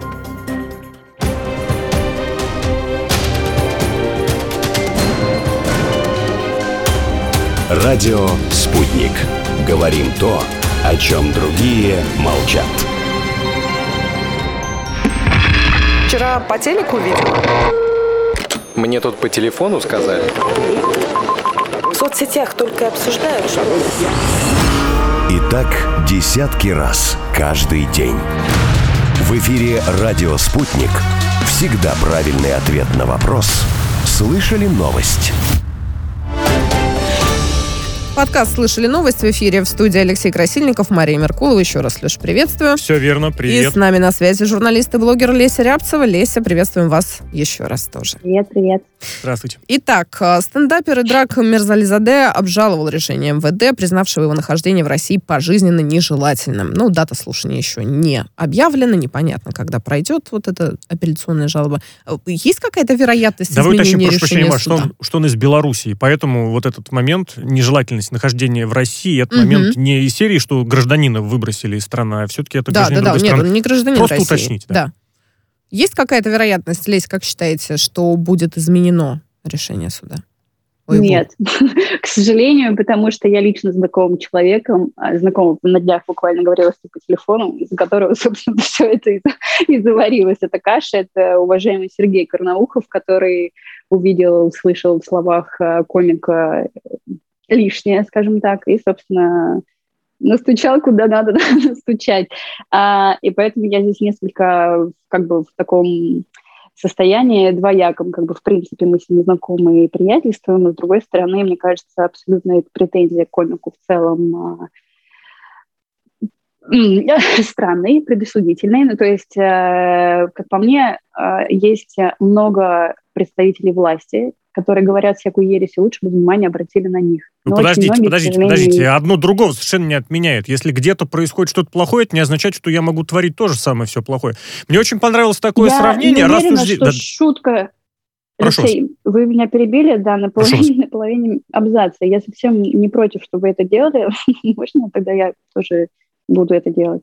Радио «Спутник». Говорим то, о чем другие молчат. Вчера по телеку видел. Мне тут по телефону сказали. В соцсетях только обсуждают, что... И так десятки раз каждый день. В эфире «Радио Спутник». Всегда правильный ответ на вопрос. Слышали новость? Подкаст «Слышали новость» в эфире, в студии Алексей Красильников, Мария Меркулова. Еще раз, Леш, приветствую. Все верно, привет. И с нами на связи журналист и блогер Леся Рябцева. Леся, приветствуем вас еще раз тоже. Привет, привет. Здравствуйте. Итак, стендапер Идрак Мирзализаде обжаловал решение эм вэ дэ, признавшего его нахождение в России пожизненно нежелательным. Ну, дата слушания еще не объявлена, непонятно, когда пройдет вот эта апелляционная жалоба. Есть какая-то вероятность да изменения уточним, решения понимаю, суда? что он, что он из Белоруссии, поэтому вот этот момент нежелательности нахождения в России, это Угу. момент не из серии, что гражданина выбросили из страны, а все-таки это Да, гражданин да, да, другой нет, страны. он не гражданин Просто России. уточнить, да. Да. Есть какая-то вероятность, Лесь, как считаете, что будет изменено решение суда? Ой, Нет, к сожалению, потому что я лично знакомым человеком, знакомым на днях буквально говорила с ним по телефону, из-за которого, собственно, все это и, и заварилось. Эта каша, это уважаемый Сергей Карнаухов, который увидел, услышал в словах комика лишнее, скажем так, и, собственно, настучал куда надо настучать. А, и поэтому я здесь несколько как бы в таком состоянии двояком, как бы в принципе мы с ним знакомы и приятельствуем, но с другой стороны, мне кажется, абсолютно это претензия к комику в целом странные, предосудительные. Ну, то есть, э, как по мне, э, есть много представителей власти, которые говорят всякую ересь, и лучше бы внимание обратили на них. Ну, подождите, многие, подождите, сожалению... подождите. Одно другого совершенно не отменяет. Если где-то происходит что-то плохое, это не означает, что я могу творить то же самое все плохое. Мне очень понравилось такое я сравнение. Я не уверена, рассужди... что да... шутка... Прошу. Алексей, вы меня перебили, да, на половине, на половине абзаца. Я совсем не против, чтобы вы это делали. Можно? Тогда я тоже буду это делать.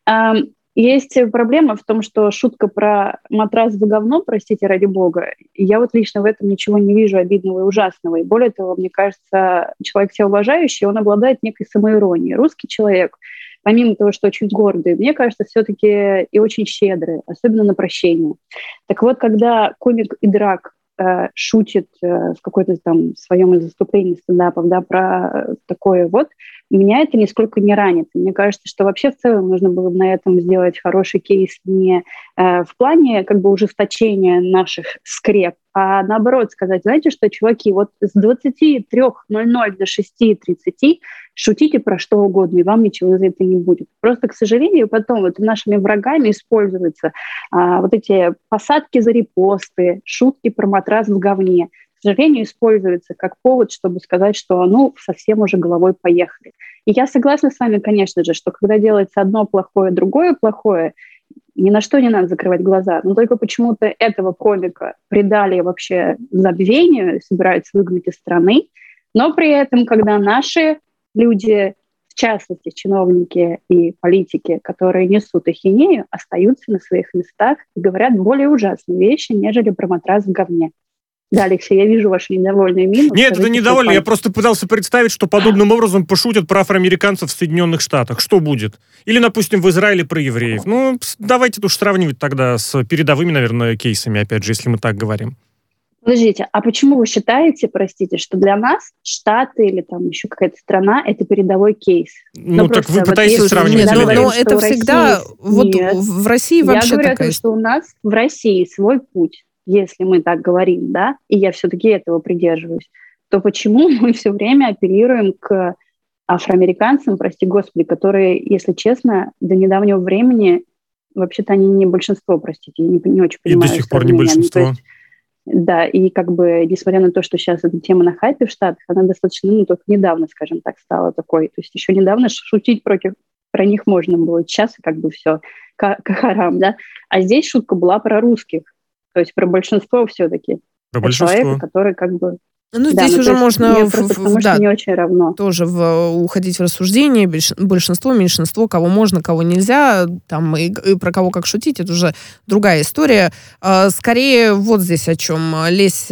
Есть проблема в том, что шутка про матрас за говно, простите ради бога, я вот лично в этом ничего не вижу обидного и ужасного. И более того, мне кажется, человек себя уважающий, он обладает некой самоиронией. Русский человек, помимо того, что очень гордый, мне кажется, все-таки и очень щедрый, особенно на прощение. Так вот, когда комик и драк э, шутит э, в какой-то там своем из выступлений стендапов, да, про такое вот, меня это нисколько не ранит. Мне кажется, что вообще в целом нужно было бы на этом сделать хороший кейс не э, в плане как бы ужесточения наших скреп, а наоборот сказать, знаете что, чуваки, вот с двадцати трёх ноль-ноль до шести тридцати шутите про что угодно, и вам ничего за это не будет. Просто, к сожалению, потом вот нашими врагами используются а, вот эти посадки за репосты, шутки про матрас в говне. К сожалению, используется как повод, чтобы сказать, что ну, совсем уже головой поехали. И я согласна с вами, конечно же, что когда делается одно плохое, другое плохое, ни на что не надо закрывать глаза. Но только почему-то этого комика предали вообще забвению, собираются выгнать из страны. Но при этом, когда наши люди, в частности, чиновники и политики, которые несут ахинею, остаются на своих местах и говорят более ужасные вещи, нежели про матрас в говне. Да, Алексей, я вижу ваши недовольные мины. Нет, это недовольно. Я просто пытался представить, что подобным образом пошутят про афроамериканцев в Соединенных Штатах. Что будет? Или, допустим, в Израиле про евреев. Ну, давайте уж сравнивать тогда с передовыми, наверное, кейсами, опять же, если мы так говорим. Подождите, а почему вы считаете, простите, что для нас Штаты или там еще какая-то страна — это передовой кейс? Ну, ну так вы пытаетесь вот сравнивать. Нет, но, но это всегда... России... Вот нет. В России вообще Я говорю такая... о том, что у нас в России свой путь. Если мы так говорим, да, и я все-таки этого придерживаюсь, то почему мы все время апеллируем к афроамериканцам, прости господи, которые, если честно, до недавнего времени, вообще-то они не большинство, простите, я не, не очень понимаю. И до сих пор не большинство. Ну, есть, да, и как бы, несмотря на то, что сейчас эта тема на хайпе в Штатах, она достаточно, ну, только недавно, скажем так, стала такой. То есть еще недавно шутить против, про них можно было. Сейчас как бы все к-харам, да. А здесь шутка была про русских. То есть про большинство все-таки. Про большинство. Человека, который как бы... Ну, да, здесь ну, уже можно в, просто потому, да, да, не очень равно. тоже в, уходить в рассуждение. Большинство, меньшинство, кого можно, кого нельзя. Там, и, и про кого как шутить, это уже другая история. Скорее, вот здесь о чем. Лесь,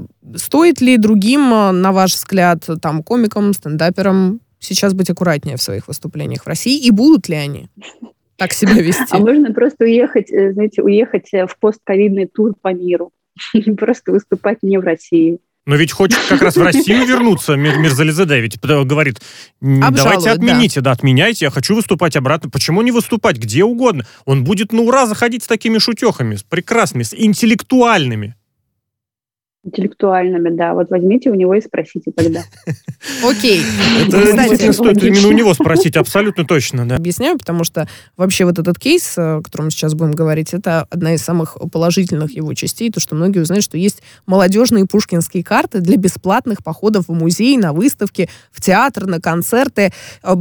стоит ли другим, на ваш взгляд, там, комикам, стендаперам сейчас быть аккуратнее в своих выступлениях в России? И будут ли они так себя вести? А можно просто уехать, знаете, уехать в постковидный тур по миру. Просто выступать не в России. Но ведь хочет как раз в Россию вернуться Мирзалидзе, ведь говорит, давайте отмените, да. да, отменяйте, я хочу выступать обратно. Почему не выступать где угодно? Он будет на ура заходить с такими шутехами, с прекрасными, с интеллектуальными. Интеллектуальными, да. Вот возьмите у него и спросите тогда. Окей. Это действительно стоит именно у него спросить, абсолютно точно, да. Объясняю, потому что вообще вот этот кейс, о котором мы сейчас будем говорить, это одна из самых положительных его частей, то, что многие узнают, что есть молодежные пушкинские карты для бесплатных походов в музей, на выставки, в театр, на концерты.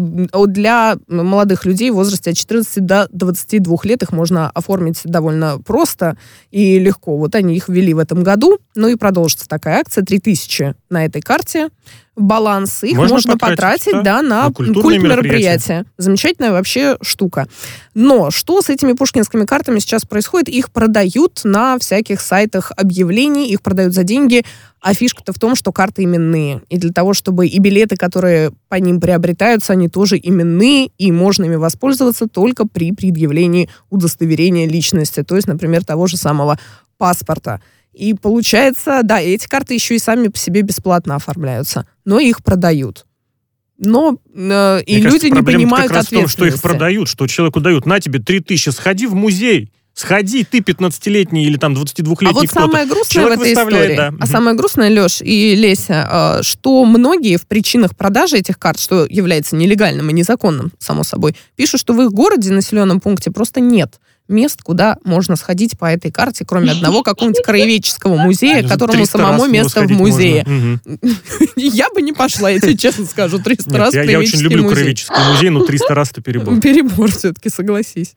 Для молодых людей в возрасте от четырнадцати до двадцати двух лет их можно оформить довольно просто и легко. Вот они их ввели в этом году. Ну и про продолжится такая акция, три тысячи на этой карте, баланс, их можно, можно потратить, потратить да, на, на культурные мероприятия. Замечательная вообще штука. Но что с этими пушкинскими картами сейчас происходит? Их продают на всяких сайтах объявлений, их продают за деньги, а фишка-то в том, что карты именные. И для того, чтобы и билеты, которые по ним приобретаются, они тоже именные, и можно ими воспользоваться только при предъявлении удостоверения личности, то есть, например, того же самого паспорта. И получается, да, эти карты еще и сами по себе бесплатно оформляются, но их продают. Но э, и Мне люди кажется, не понимают как раз в том, что их продают, что человеку дают, на тебе три тысячи, сходи в музей. Сходи, ты пятнадцатилетний или там двадцатидвухлетний а вот кто-то. самое грустное Человек в этой истории, да. а самое грустное, Леш и Леся, что многие в причинах продажи этих карт, что является нелегальным и незаконным, само собой, пишут, что в их городе, населенном пункте, просто нет мест, куда можно сходить по этой карте, кроме одного какого-нибудь краеведческого музея, которому самому место в музее. Я бы не пошла, я тебе честно скажу, триста раз краеведческий музей. Я очень люблю краеведческий музей, но триста раз это перебор. Перебор все-таки, согласись.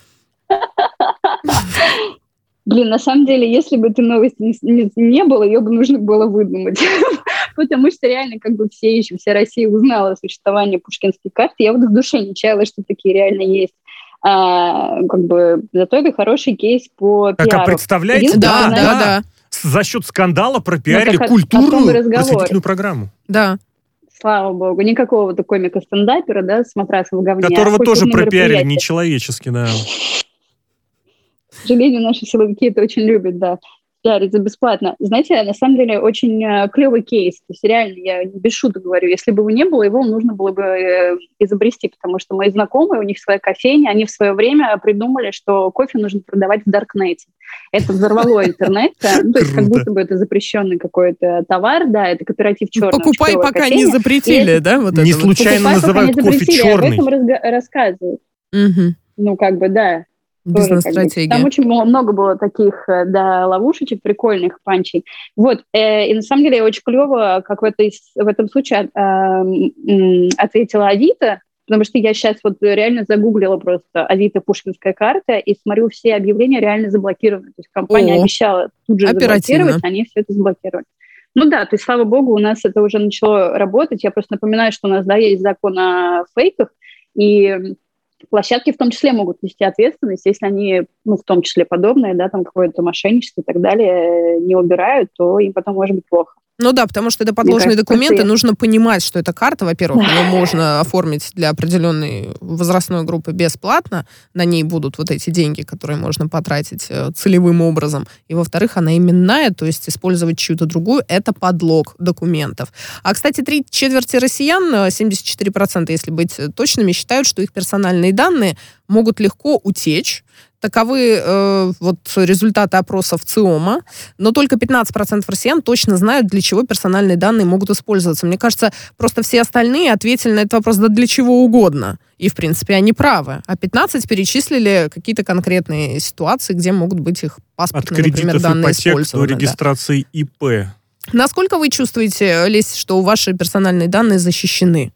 Блин, на самом деле, если бы этой новости не, не, не было, ее бы нужно было выдумать. Потому что реально как бы все еще, вся Россия узнала о существовании пушкинских карт. Я вот в душе не чаяла, что такие реально есть. А, как бы, зато это хороший кейс по так, пиару. А представляете? Да, да, да, да. За счет скандала пропиарили ну, культурную просветительную программу. Да. Слава богу. Никакого-то комика-стендапера, да, с матрасом в говне. Которого а тоже пропиарили нечеловечески, да. К сожалению, наши силовики это очень любят, да, пиарить за бесплатно. Знаете, на самом деле очень э, клевый кейс. То есть реально, я без шуток говорю, если бы его не было, его нужно было бы э, изобрести, потому что мои знакомые, у них своя кофейня, они в свое время придумали, что кофе нужно продавать в Даркнете. Это взорвало интернет, ну, то есть как будто бы это запрещенный какой-то товар, да, это кооператив черный. Покупай, пока не запретили, да? Не случайно называют кофе черный. Об этом рассказывают. Ну, как бы, да. Бизнес-стратегия. Там очень много было таких, да, ловушечек, прикольных панчей. Вот, э, и на самом деле очень клево, как в, этой, в этом случае э, э, ответила Авито, потому что я сейчас вот реально загуглила просто Авито пушкинская карта и смотрю, все объявления реально заблокированы. То есть компания О, обещала тут же заблокировать, они все это заблокировали. Ну да, то есть, слава богу, у нас это уже начало работать. Я просто напоминаю, что у нас, да, есть закон о фейках, и площадки в том числе могут нести ответственность, если они, ну, в том числе подобные, да, там какое-то мошенничество и так далее, не убирают, то им потом может быть плохо. Ну да, потому что это подложные кажется, документы, это... нужно понимать, что эта карта, во-первых, ее можно оформить для определенной возрастной группы бесплатно, на ней будут вот эти деньги, которые можно потратить целевым образом, и, во-вторых, она именная, то есть использовать чью-то другую, это подлог документов. А, кстати, три четверти россиян, семьдесят четыре процента, если быть точными, считают, что их персональные данные могут легко утечь. Таковы э, вот результаты опросов ЦИОМа, но только пятнадцать процентов россиян точно знают, для чего персональные данные могут использоваться. Мне кажется, просто все остальные ответили на этот вопрос да для чего угодно. И, в принципе, они правы. А пятнадцать перечислили какие-то конкретные ситуации, где могут быть их паспортные, например, данные использованы. От кредитов, ипотек до регистрации да. ИП. Насколько вы чувствуете, Лесь, что ваши персональные данные защищены?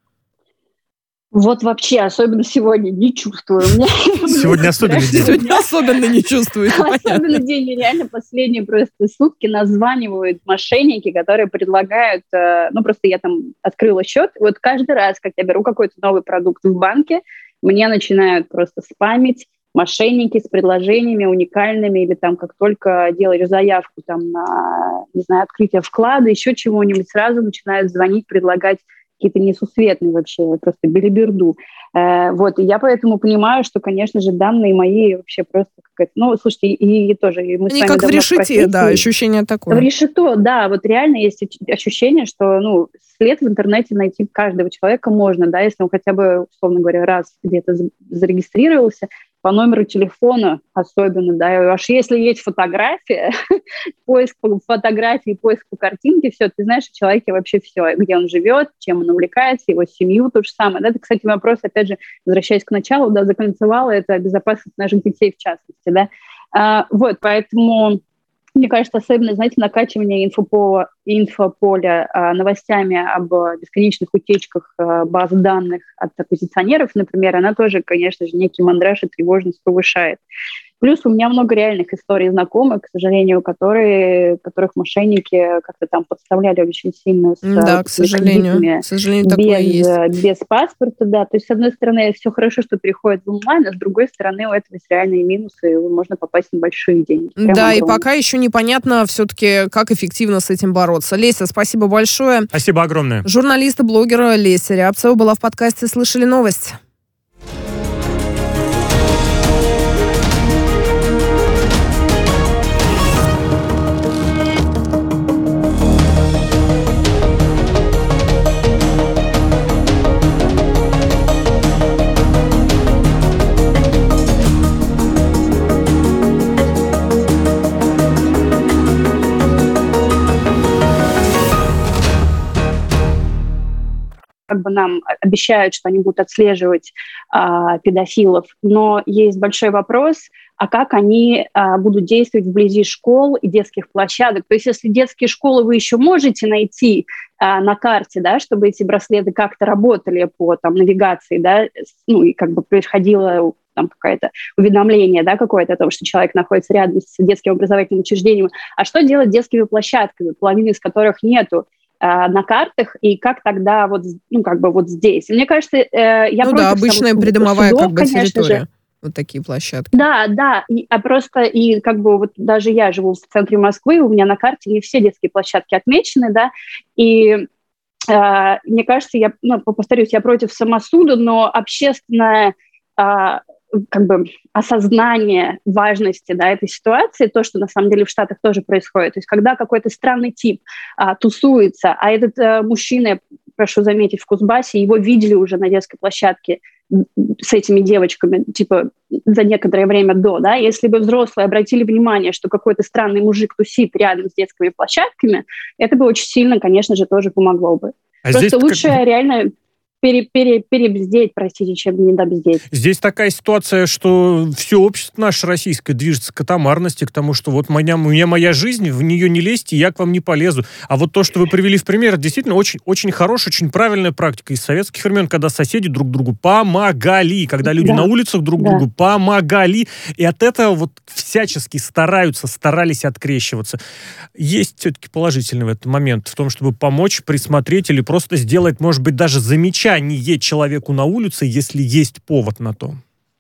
Вот вообще, особенно сегодня, не чувствую. Сегодня особенно день. Сегодня особенно не чувствую. Особенно день. Реально последние просто сутки названивают мошенники, которые предлагают... Ну, просто я там открыла счет. Вот каждый раз, как я беру какой-то новый продукт в банке, мне начинают просто спамить мошенники с предложениями уникальными, или там, как только делаешь заявку там на, не знаю, открытие вклада, еще чего-нибудь, сразу начинают звонить, предлагать какие-то несусветные вообще, просто белиберду. Э, вот, и я поэтому понимаю, что, конечно же, данные мои вообще просто какая-то... Ну, слушайте, и, и тоже... И мы Они как в решете, да, ощущение такое. В решето, да, вот реально есть ощущение, что, ну, след в интернете найти каждого человека можно, да, если он хотя бы, условно говоря, раз где-то зарегистрировался, по номеру телефона особенно, да, и аж если есть фотография, поиск по фотографии, поиск по картинке, все, ты знаешь о человеке вообще все, где он живет, чем он увлекается, его семью, то же самое. Да? Это, кстати, вопрос, опять же, возвращаясь к началу, да, закольцевало это безопасность наших детей в частности, да. А, вот, поэтому... Мне кажется, особенно, знаете, накачивание инфопола, инфополя а, новостями об бесконечных утечках а, баз данных от оппозиционеров, например, она тоже, конечно же, некий мандраж и тревожность повышает. Плюс у меня много реальных историй знакомых, к сожалению, которые, которых мошенники как-то там подставляли очень сильно с Да, к сожалению. К сожалению, такое без, есть. без паспорта, да. То есть, с одной стороны, все хорошо, что переходит в онлайн, а с другой стороны, у этого есть реальные минусы, и можно попасть на большие деньги. Прямо Да, огромные. и пока еще непонятно все-таки, как эффективно с этим бороться. Леся, спасибо большое. Спасибо огромное. Журналист и блогер Леся Рябцева была в подкасте «Слышали новость». Как бы нам обещают, что они будут отслеживать а, педофилов, но есть большой вопрос, а как они а, будут действовать вблизи школ и детских площадок. То есть если детские школы вы еще можете найти а, на карте, да, чтобы эти браслеты как-то работали по там, навигации, да, ну и как бы происходило там какое-то уведомление, да, какое-то о том, что человек находится рядом с детским образовательным учреждением. А что делать с детскими площадками, половины из которых нету на картах, и как тогда вот, ну, как бы вот здесь. Мне кажется, э, я ну против да, обычная того, придомовая судов, как бы территория. Же. Вот такие площадки. Да, да, и, а просто и как бы вот даже я живу в центре Москвы, у меня на карте не все детские площадки отмечены, да, и э, мне кажется, я, ну, повторюсь, я против самосуда, но общественная э, как бы осознание важности, да, этой ситуации, то, что на самом деле в Штатах тоже происходит. То есть когда какой-то странный тип а, тусуется, а этот а, мужчина, прошу заметить, в Кузбассе, его видели уже на детской площадке с этими девочками, типа, за некоторое время до, да, если бы взрослые обратили внимание, что какой-то странный мужик тусит рядом с детскими площадками, это бы очень сильно, конечно же, тоже помогло бы. А просто лучше как... реально... Пере, пере, перебздеть, простите, чем недобздеть. Здесь такая ситуация, что все общество наше российское движется к атомарности, к тому, что вот моя, у меня моя жизнь, в нее не лезьте, я к вам не полезу. А вот то, что вы привели в пример, действительно очень, очень хорошая, очень правильная практика из советских времен, когда соседи друг другу помогали, когда люди да. на улицах друг да. другу помогали, и от этого вот всячески стараются, старались открещиваться. Есть все-таки положительный в этот момент в том, чтобы помочь, присмотреть или просто сделать, может быть, даже замечание человеку на улице, если есть повод на то.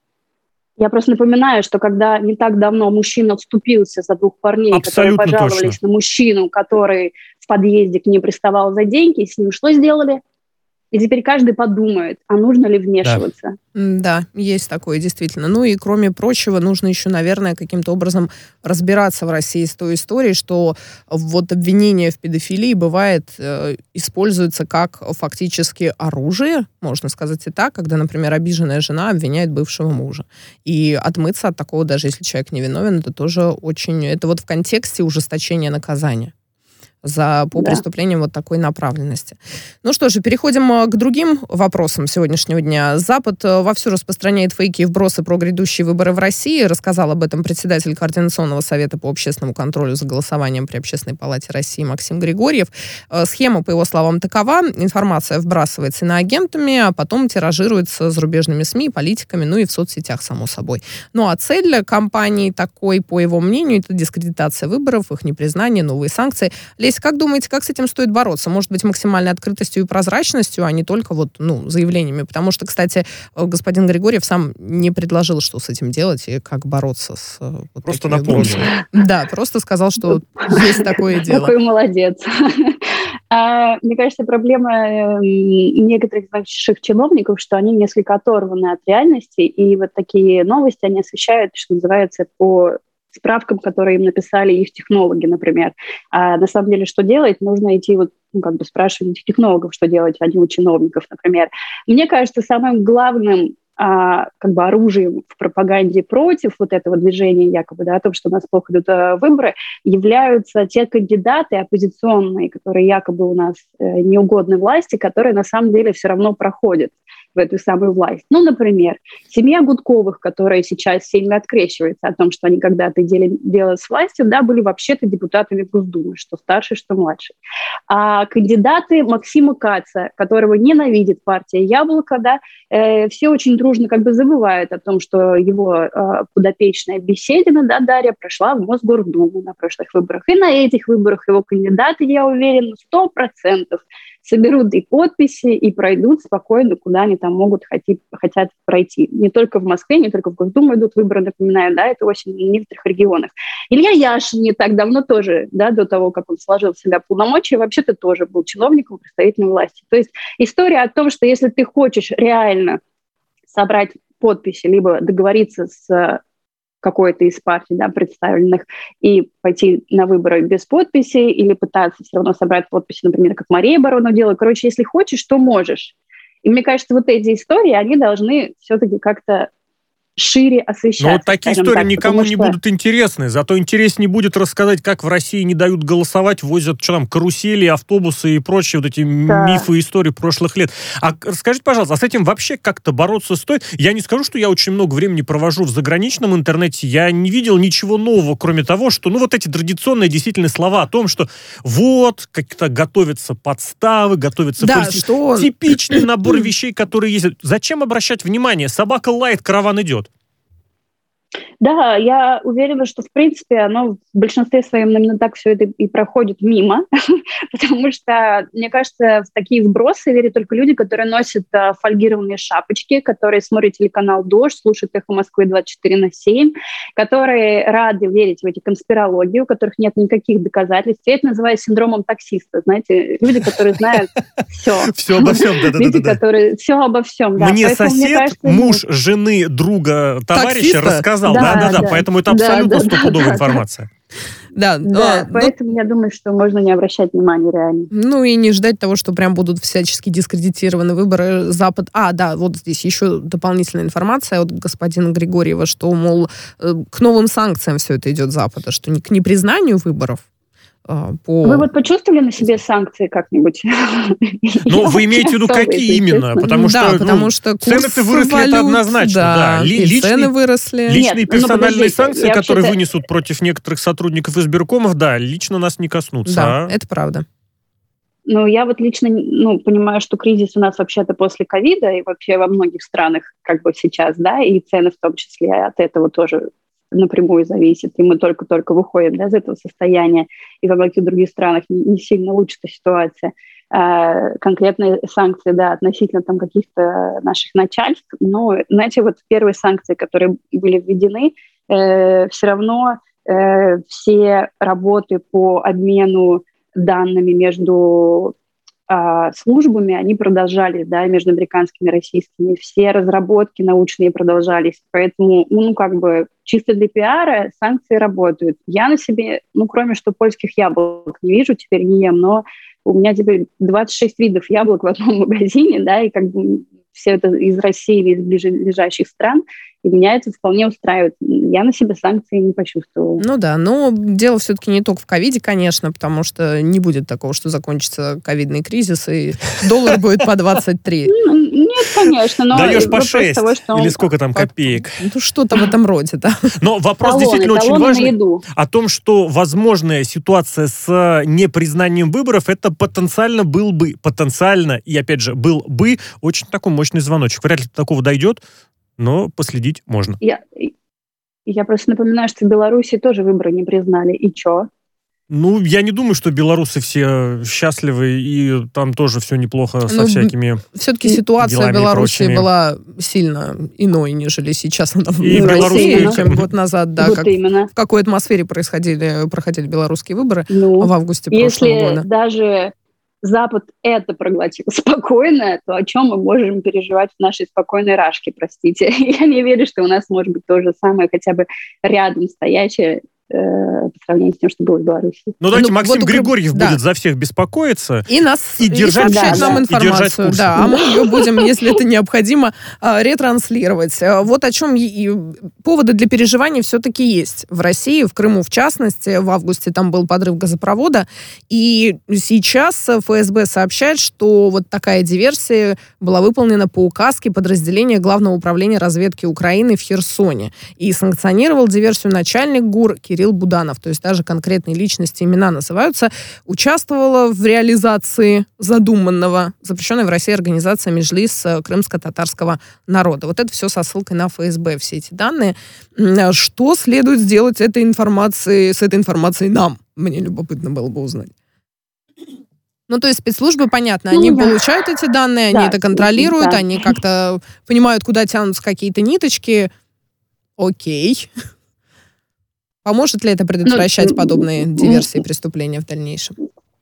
Я просто напоминаю, что когда не так давно мужчина вступился за двух парней, абсолютно которые пожаловались точно. на мужчину, который в подъезде к ним приставал за деньги, с ним что сделали? И теперь каждый подумает, а нужно ли вмешиваться. Да. да, есть такое, действительно. Ну и, кроме прочего, нужно еще, наверное, каким-то образом разбираться в России с той историей, что вот обвинение в педофилии бывает, э, используется как фактически оружие, можно сказать и так, когда, например, обиженная жена обвиняет бывшего мужа. И отмыться от такого, даже если человек невиновен, это тоже очень... Это вот в контексте ужесточения наказания за, по да. преступлениям вот такой направленности. Ну что же, переходим к другим вопросам сегодняшнего дня. Запад вовсю распространяет фейки и вбросы про грядущие выборы в России. Рассказал об этом председатель Координационного совета по общественному контролю за голосованием при Общественной палате России Максим Григорьев. Схема, по его словам, такова. Информация вбрасывается иноагентами, а потом тиражируется зарубежными СМИ, политиками, ну и в соцсетях, само собой. Ну а цель кампании такой, по его мнению, это дискредитация выборов, их непризнание, новые санкции. Лесь, как думаете, как с этим стоит бороться? Может быть, максимальной открытостью и прозрачностью, а не только вот, ну, заявлениями? Потому что, кстати, господин Григорьев сам не предложил, что с этим делать и как бороться с... Вот просто напомнил. Да, просто сказал, что есть такое дело. Какой молодец. Мне кажется, проблема некоторых больших чиновников, что они несколько оторваны от реальности, и вот такие новости они освещают, что называется, по справкам, которые им написали их технологи, например. А на самом деле, что делать? Нужно идти вот, ну, как бы спрашивать этих технологов, что делать, а не у чиновников, например. Мне кажется, самым главным а, как бы оружием в пропаганде против вот этого движения якобы, да, о том, что у нас плохо идут а, выборы, являются те кандидаты оппозиционные, которые якобы у нас э, неугодны власти, которые на самом деле все равно проходят. в эту самую власть. Ну, например, семья Гудковых, которая сейчас сильно открещивается о том, что они когда-то дели, делали с властью, да, были вообще-то депутатами Госдумы, что старший, что младший. А кандидаты Максима Каца, которого ненавидит партия «Яблоко», да, э, все очень дружно как бы забывают о том, что его э, подопечная Беседина, да, Дарья, прошла в Мосгордуму на прошлых выборах. И на этих выборах его кандидаты, я уверена, сто процентов соберут и подписи, и пройдут спокойно, куда они там могут хотеть, хотят пройти. Не только в Москве, не только в Госдуму идут выборы, напоминаю, да, это осень в некоторых регионах. Илья Яшин не так давно тоже, да, до того, как он сложил в себя полномочия, вообще-то тоже был чиновником представительной власти. То есть история о том, что если ты хочешь реально собрать подписи, либо договориться с какой-то из партий, да, представленных, и пойти на выборы без подписи или пытаться все равно собрать подписи, например, как Мария Баронова делала. Короче, если хочешь, то можешь. И мне кажется, вот эти истории, они должны все-таки как-то шире освещаться. Но вот такие истории так, никому что... не будут интересны. Зато интереснее будет рассказать, как в России не дают голосовать, возят что там, карусели, автобусы и прочие вот эти да. мифы и истории прошлых лет. А расскажите, пожалуйста, а с этим вообще как-то бороться стоит? Я не скажу, что я очень много времени провожу в заграничном интернете. Я не видел ничего нового, кроме того, что, ну, вот эти традиционные действительно слова о том, что вот, как-то готовятся подставы, готовятся... Да, полити... что... Типичный набор вещей, которые есть. Зачем обращать внимание? Собака лает, караван идет. Да, я уверена, что, в принципе, оно в большинстве своем именно так все это и проходит мимо, потому что, мне кажется, в такие вбросы верят только люди, которые носят а, фольгированные шапочки, которые смотрят телеканал «Дождь», слушают «Эхо Москвы» двадцать четыре на семь, которые рады верить в эти конспирологии, у которых нет никаких доказательств. Я это называю синдромом таксиста, знаете, люди, которые знают все. Все обо всем, да-да-да. Люди, которые все обо всем, да. Мне сосед, муж жены, друга, товарища рассказал. Да-да-да, да, поэтому это абсолютно да, стопудовая да, информация. Да, да но, поэтому ну, я думаю, что можно не обращать внимания реально. Ну и не ждать того, что прям будут всячески дискредитированы выборы. Запад... А, да, вот здесь еще дополнительная информация от господина Григорьева, что, мол, к новым санкциям все это идет Запада, что не к непризнанию выборов. По... Вы вот почувствовали на себе санкции как-нибудь? Ну, вы имеете в виду, какие именно? Потому что, да, ну, потому что цены-то выросли, валют, это однозначно. Да, да. Ли, и личные, цены выросли. Личные Нет, персональные ну, санкции, которые вообще-то... вынесут против некоторых сотрудников избиркомов, да, лично нас не коснутся. Да, а? это правда. Ну, я вот лично ну, понимаю, что кризис у нас вообще-то после ковида и вообще во многих странах как бы сейчас, да, и цены в том числе от этого тоже напрямую зависит, и мы только-только выходим, да, из этого состояния, и во многих других странах не, не сильно улучшится ситуация. А, конкретные санкции, да, относительно там каких-то наших начальств, но, знаете, вот первые санкции, которые были введены, э, все равно э, все работы по обмену данными между э, службами, они продолжались, да, между американскими и российскими, все разработки научные продолжались, поэтому, ну, как бы, чисто для пиара санкции работают. Я на себе, ну, кроме что польских яблок не вижу, теперь не ем, но у меня теперь двадцать шесть видов яблок в одном магазине, да, и как бы все это из России или из ближайших стран, и меня это вполне устраивает. Я на себе санкции не почувствовала. Ну да, но дело все-таки не только в ковиде, конечно, потому что не будет такого, что закончится ковидный кризис, и доллар будет по двадцать три. Нет, конечно, но... Даешь по шесть, или сколько там копеек. Ну что-то в этом роде, да. Но вопрос действительно очень важный о том, что возможная ситуация с непризнанием выборов, это потенциально был бы, потенциально, и опять же, был бы очень такой мощный звоночек. Вряд ли до такого дойдет, но последить можно. Я, я просто напоминаю, что в Беларуси тоже выборы не признали. И чё? Ну, я не думаю, что белорусы все счастливы, и там тоже все неплохо со ну, всякими все-таки ситуация в Беларуси была сильно иной, нежели сейчас она в и России, белорусские... чем год назад. Да, вот как, именно. В какой атмосфере происходили, проходили белорусские выборы ну, в августе прошлого если года. Даже Запад это проглотил спокойно, то о чем мы можем переживать в нашей спокойной рашке, простите. Я не верю, что у нас может быть то же самое, хотя бы рядом стоящее, э, по сравнению с тем, что было в Беларуси. Ну, давайте Ну, Максим вот Григорьев да. будет за всех беспокоиться. И нас И и держать сообщать в нам курсе, и держать в информацию, курсе. да, а мы ее будем, если это необходимо, а, ретранслировать. А, Вот о чем и- и поводы для переживаний все-таки есть. В России, в Крыму в частности, в августе там был подрыв газопровода, и сейчас эф эс бэ сообщает, что вот такая диверсия была выполнена по указке подразделения Главного управления разведки Украины в Херсоне. И санкционировал диверсию начальник ГУР Кирилл Буданов, то есть даже конкретные личности, имена называются, участвовала в реализации задуманного запрещенной в России организация Меджлис крымско-татарского народа. Вот это все со ссылкой на эф эс бэ, все эти данные. М, Что следует сделать этой информацией, с этой информацией нам? Мне любопытно было бы узнать. Ну, то есть спецслужбы, понятно, Ну, они я- получают эти данные, они Да, это контролируют, да. они как-то понимают, куда тянутся какие-то ниточки. Окей. Поможет ли это предотвращать Ну, подобные м, диверсии и преступления в дальнейшем?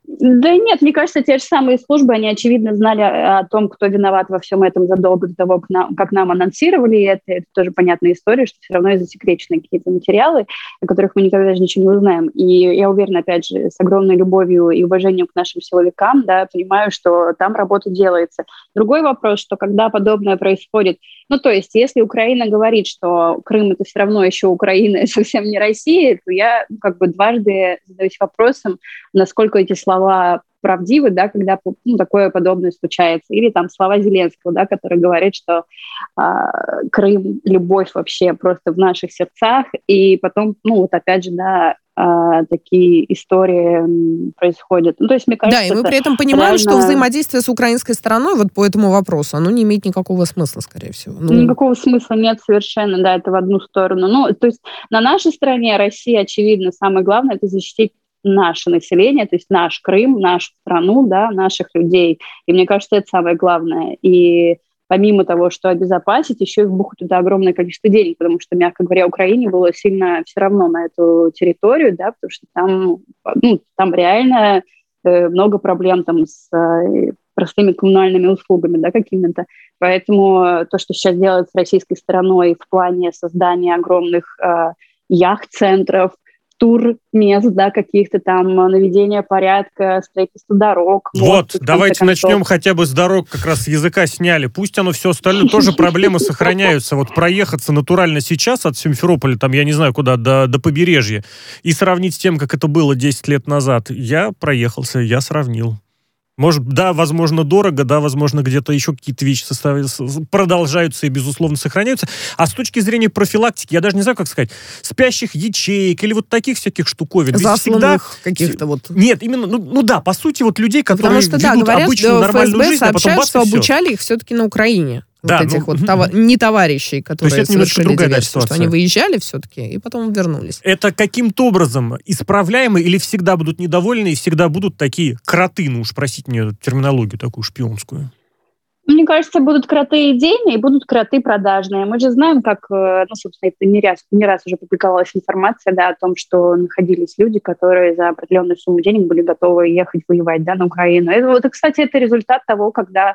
Да нет, мне кажется, те же самые службы, они, очевидно, знали о том, кто виноват во всем этом задолго до того, как нам, как нам анонсировали это. Это тоже понятная история, что все равно и засекречены какие-то материалы, о которых мы никогда даже ничего не узнаем. И я уверена, опять же, с огромной любовью и уважением к нашим силовикам, да, понимаю, что там работа делается. Другой вопрос, что когда подобное происходит, ну, то есть, если Украина говорит, что Крым — это все равно еще Украина, и совсем не Россия, то я ну, как бы дважды задаюсь вопросом, насколько эти слова правдивы, да, когда ну, такое подобное случается. Или там слова Зеленского, да, который говорит, что э, Крым, любовь вообще просто в наших сердцах. И потом, ну, вот опять же, да, э, такие истории м, происходят. Ну, то есть, мне кажется, Да, и мы это при этом понимаем, реально... что взаимодействие с украинской стороной вот по этому вопросу, оно не имеет никакого смысла, скорее всего. Ну, Никакого смысла нет совершенно, да, это в одну сторону. Ну, то есть на нашей стороне Россия, очевидно, самое главное — это защитить наше население, то есть наш Крым, нашу страну, да, наших людей. И мне кажется, это самое главное. И помимо того, что обезопасить, еще и вбухать туда огромное количество денег, потому что, мягко говоря, Украине было сильно все равно на эту территорию, да, потому что там, ну, там реально э, много проблем там с э, простыми коммунальными услугами, да, какими-то. Поэтому то, что сейчас делают с российской стороной в плане создания огромных э, яхт-центров, тур-мест, да, каких-то там, наведения порядка, строительство дорог. Вот, мостов, в давайте конце концов. начнем хотя бы с дорог, как раз с языка сняли. Пусть оно все остальное, тоже проблемы сохраняются. Вот проехаться натурально сейчас от Симферополя, там, я не знаю куда, до, до побережья, и сравнить с тем, как это было десять лет назад. Я проехался, я сравнил. Может, да, возможно, дорого, да, возможно, где-то еще какие-то вещи состав... продолжаются и, безусловно, сохраняются. А с точки зрения профилактики, я даже не знаю, как сказать, спящих ячеек или вот таких всяких штуковин. Ведь всегда... каких-то вот... Нет, именно, ну, ну да, по сути, вот людей, которые Потому что, да, ведут говорят, обычную что нормальную эф эс бэ жизнь, а потом сообщают, бац, что и всё. обучали их все-таки на Украине. Да, вот этих ну, вот това- не товарищей, которые есть это немножко совершили другая, да, диверсию, что ситуация. они выезжали все-таки и потом вернулись. Это каким-то образом исправляемо или всегда будут недовольны и всегда будут такие кроты, ну уж простите мне терминологию такую шпионскую? Мне кажется, будут кроты идейные и будут кроты продажные. Мы же знаем, как, ну, собственно, это не раз, не раз уже публиковалась информация, да, о том, что находились люди, которые за определенную сумму денег были готовы ехать воевать, да, на Украину. Это, вот, кстати, это результат того, когда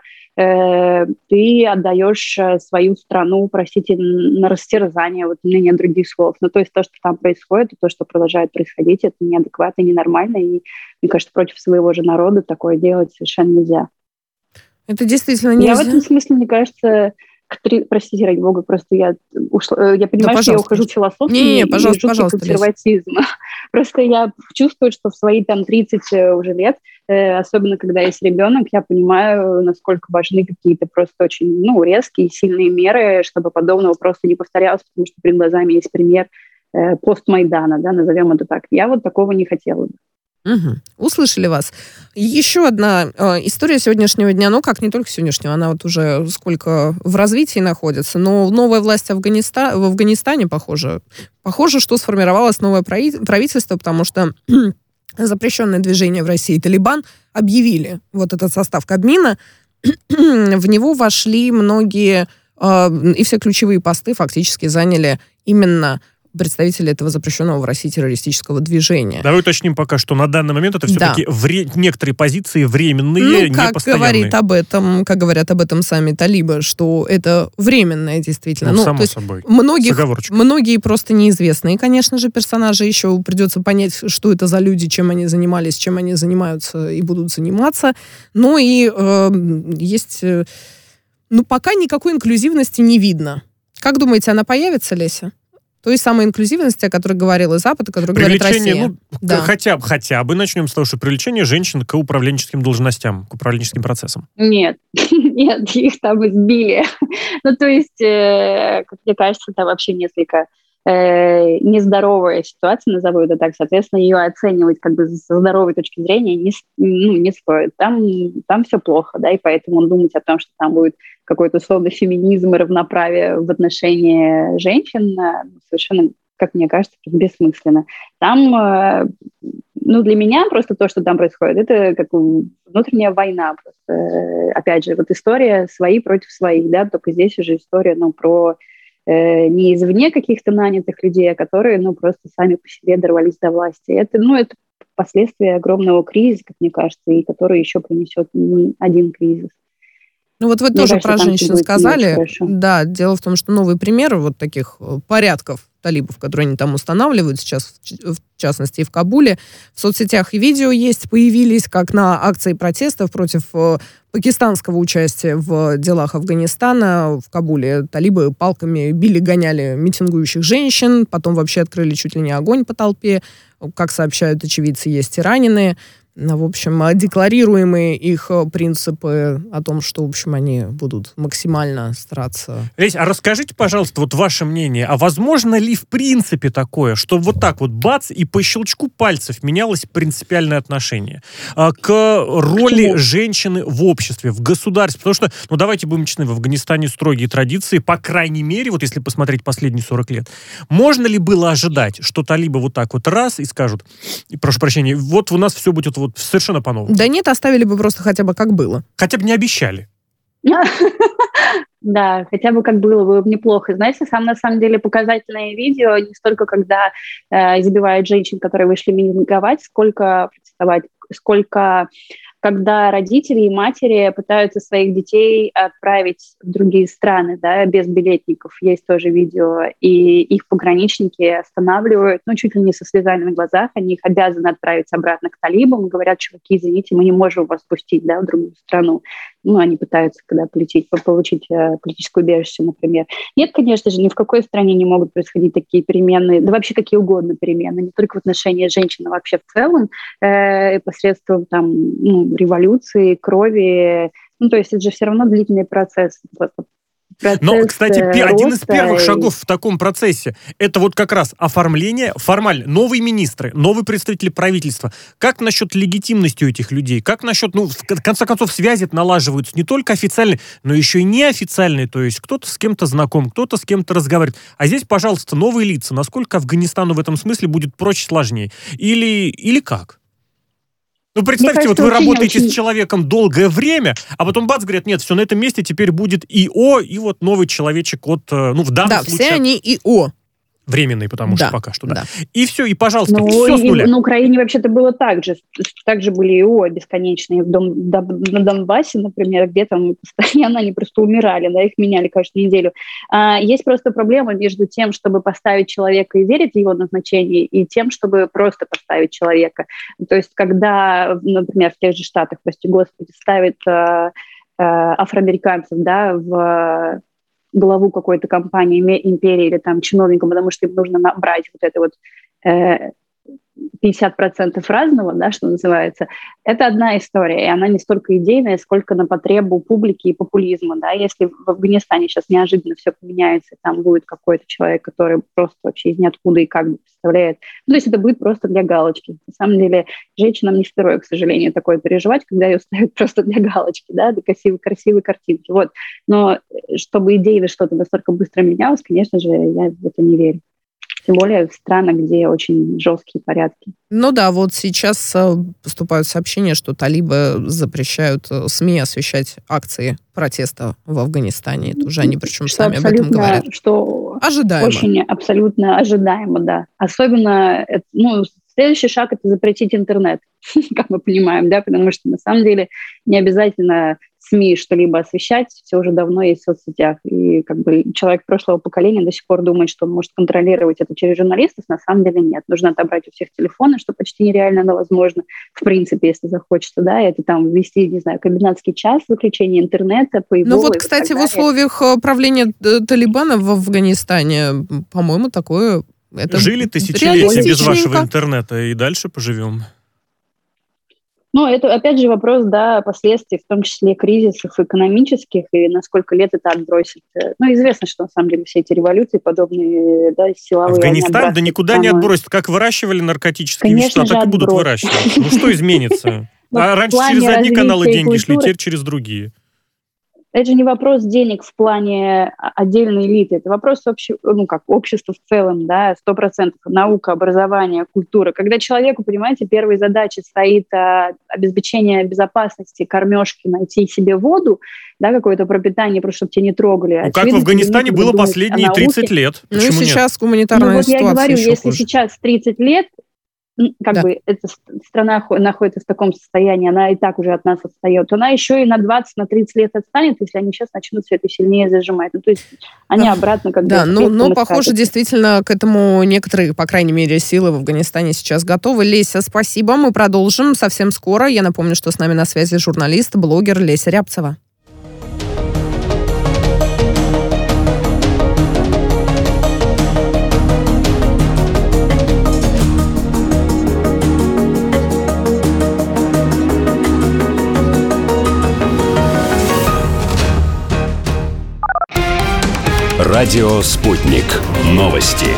э, ты отдаешь свою страну, простите, на растерзание, вот у меня нет других слов. Ну, то есть то, что там происходит, и то, что продолжает происходить, это неадекватно, ненормально, и, мне кажется, против своего же народа такое делать совершенно нельзя. Это действительно нельзя. Я в этом смысле, мне кажется, к три... простите, ради бога, просто я ушла. Я понимаю, Да, что я ухожу в философию Не-не-не, пожалуйста, и жуткий пожалуйста, консерватизм. Просто я чувствую, что в свои там тридцать уже лет, особенно когда есть ребенок, я понимаю, насколько важны какие-то просто очень ну, резкие, сильные меры, чтобы подобного просто не повторялось, потому что перед глазами есть пример пост-Майдана, да, назовем это так. Я вот такого не хотела бы. Угу. Услышали вас. Еще одна э, история сегодняшнего дня, ну как не только сегодняшнего, она вот уже сколько в развитии находится, но новая власть Афганиста... в Афганистане, похоже, похоже, что сформировалось новое правительство, потому что запрещенное движение в России «Талибан» объявили вот этот состав Кабмина, в него вошли многие, э, и все ключевые посты фактически заняли именно представители этого запрещенного в России террористического движения. Давай уточним пока, что на данный момент это все-таки да. вре- некоторые позиции временные, ну, как непостоянные. говорит об этом, как говорят об этом сами талибы, что это временное действительно. Ну, ну само то есть собой. Многих, многие просто неизвестные, конечно же, персонажи. Еще придется понять, что это за люди, чем они занимались, чем они занимаются и будут заниматься. Ну и э, есть... Э, ну, пока никакой инклюзивности не видно. Как думаете, она появится, Леся? Той самой инклюзивности, о которой говорила Запад, о которой говорит Россия. Ну, да. хотя, хотя бы начнем с того, что привлечение женщин к управленческим должностям, к управленческим процессам. Нет, нет, их там избили. Ну, то есть, э, как мне кажется, это вообще несколько э, нездоровая ситуация, назову это так. Соответственно, ее оценивать как бы со здоровой точки зрения не, ну, не стоит. Там, там все плохо, да, и поэтому думать о том, что там будет какой-то условный феминизм и равноправие в отношении женщин, совершенно, как мне кажется, бессмысленно. Там, ну, для меня просто то, что там происходит, это как внутренняя война. Просто, опять же, вот история свои против своих, да, только здесь уже история, ну, про э, не извне каких-то нанятых людей, а которые, ну, просто сами по себе дорвались до власти. Это, ну, это последствия огромного кризиса, как мне кажется, и который еще принесет не один кризис. Ну вот вы Мне тоже кажется, про женщин сказали. Да, дело в том, что новый пример вот таких порядков талибов, которые они там устанавливают сейчас, в частности, и в Кабуле. В соцсетях и видео есть, появились, как на акции протестов против пакистанского участия в делах Афганистана. В Кабуле талибы палками били, гоняли митингующих женщин, потом вообще открыли чуть ли не огонь по толпе. Как сообщают очевидцы, есть и раненые. В общем, декларируемые их принципы о том, что, в общем, они будут максимально стараться... Лесь, а расскажите, пожалуйста, вот ваше мнение, а возможно ли в принципе такое, что вот так вот бац, и по щелчку пальцев менялось принципиальное отношение а, к роли Почему? женщины в обществе, в государстве? Потому что, ну давайте будем честны, в Афганистане строгие традиции, по крайней мере, вот если посмотреть последние сорок лет. Можно ли было ожидать, что талибы вот так вот раз и скажут, прошу прощения, вот у нас все будет вот совершенно по-новому? Да нет, оставили бы просто хотя бы как было. Хотя бы не обещали. Да, хотя бы как было бы неплохо. Знаете, сам на самом деле показательное видео не столько, когда э, избивают женщин, которые вышли митинговать, сколько протестовать, сколько когда родители и матери пытаются своих детей отправить в другие страны, да, без билетников. Есть тоже видео, и их пограничники останавливают, ну, чуть ли не со слезами на глазах, они их обязаны отправить обратно к талибам, и говорят, чуваки, извините, мы не можем вас пустить, да, в другую страну. Ну, они пытаются, когда полететь, получить э, политическое убежище, например. Нет, конечно же, ни в какой стране не могут происходить такие перемены, да вообще какие угодно перемены, не только в отношении женщин, а вообще в целом, э, посредством там, ну, революции, крови. Ну, то есть это же все равно длительный процесс. Процесс Но, кстати, один из первых и... шагов в таком процессе — это вот как раз оформление, формально, новые министры, новые представители правительства. Как насчет легитимности у этих людей? Как насчет, ну, в конце концов, связи налаживаются не только официальные, но еще и неофициальные. То есть кто-то с кем-то знаком, кто-то с кем-то разговаривает. А здесь, пожалуйста, новые лица. Насколько Афганистану в этом смысле будет проще, сложнее? Или, или как? Ну, представьте, кажется, вот вы работаете очень... с человеком долгое время, а потом бац, говорят, нет, все, на этом месте теперь будет ИО, и вот новый человечек от, ну, в данном да, случае... Да, все они ИО. Временный, потому да, что пока что, да. да. И все, и, пожалуйста, ну, все и, с нуля. На Украине вообще-то было так же. Также были ИО бесконечные. В Дон, на Донбассе, например, где там постоянно они просто умирали, да, их меняли каждую неделю. А, есть просто проблема между тем, чтобы поставить человека и верить в его назначение, и тем, чтобы просто поставить человека. То есть, когда, например, в тех же Штатах, прости господи, ставят а, а, афроамериканцев, да, в... главу какой-то компании, империи или там чиновника, потому что им нужно набрать вот это вот э, пятьдесят процентов разного, да, что называется, это одна история, и она не столько идейная, сколько на потребу публики и популизма, да, если в Афганистане сейчас неожиданно все поменяется, там будет какой-то человек, который просто вообще из ниоткуда и как бы представляет, ну, то есть это будет просто для галочки. На самом деле женщинам не второе, к сожалению, такое переживать, когда ее ставят просто для галочки, да, для красивой, красивой картинки, вот, но чтобы идейно что-то настолько быстро менялось, конечно же, я в это не верю. Тем более в странах, где очень жесткие порядки. Ну да, вот сейчас поступают сообщения, что талибы запрещают СМИ освещать акции протеста в Афганистане. Это уже они причем что сами об этом говорят. Что ожидаемо. Очень абсолютно ожидаемо, да. Особенно, ну, следующий шаг — это запретить интернет, как мы понимаем, да, потому что на самом деле не обязательно СМИ что-либо освещать, все уже давно есть в соцсетях. И как бы человек прошлого поколения до сих пор думает, что он может контролировать это через журналистов, на самом деле нет. Нужно отобрать у всех телефоны, что почти нереально, но возможно, в принципе, если захочется, да, это там ввести, не знаю, комендантский час, выключение интернета, поеболы. Ну вот, кстати, в условиях правления Талибана в Афганистане, по-моему, такое... Это жили тысячелетия без вашего интернета, и дальше поживем. Ну, это, опять же, вопрос, да, последствий, в том числе кризисов экономических, и на сколько лет это отбросит. Ну, известно, что, на самом деле, все эти революции, подобные, да, силовые... Афганистан да никуда самое... не отбросит. Как выращивали наркотические Конечно вещества, так и будут выращивать. Ну, что изменится? А раньше через одни каналы деньги шли, теперь через другие. Это же не вопрос денег в плане отдельной элиты, это вопрос обще, ну, как, общества в целом, да, сто процентов наука, образование, культура. Когда человеку, понимаете, первой задачей стоит а, обеспечение безопасности, кормежки, найти себе воду, да, какое-то пропитание, просто чтобы тебя не трогали. Ну, как в Афганистане было последние тридцать лет. Ну и сейчас нет? Гуманитарная ну, вот ситуация я говорю, еще если хуже. сейчас тридцать лет, как да. бы эта страна находится в таком состоянии, она и так уже от нас отстает, то она еще и на двадцать, на тридцать лет отстанет, если они сейчас начнут все это сильнее зажимать. Ну, то есть они обратно как бы... Да, ну, но, похоже, действительно, к этому некоторые, по крайней мере, силы в Афганистане сейчас готовы. Леся, спасибо. Мы продолжим совсем скоро. Я напомню, что с нами на связи журналист, блогер Леся Рябцева. Радио «Спутник». Новости.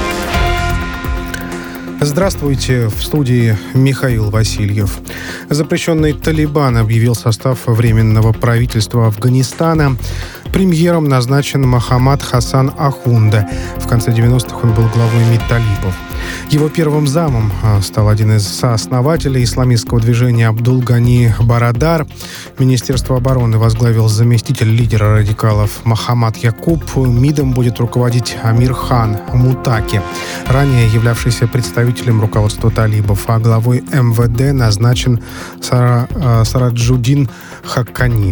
Здравствуйте, в студии Михаил Васильев. Запрещенный Талибан объявил состав Временного правительства Афганистана. Премьером назначен Мохаммад Хасан Ахунда. В конце девяностых он был главой МИД талибов. Его первым замом стал один из сооснователей исламистского движения Абдул Гани Барадар. Министерство обороны возглавил заместитель лидера радикалов Мохаммад Якуб. МИДом будет руководить Амир Хан Мутаки, ранее являвшийся представителем руководства талибов, а главой эм вэ дэ назначен Сара, Сараджудин Хаккани.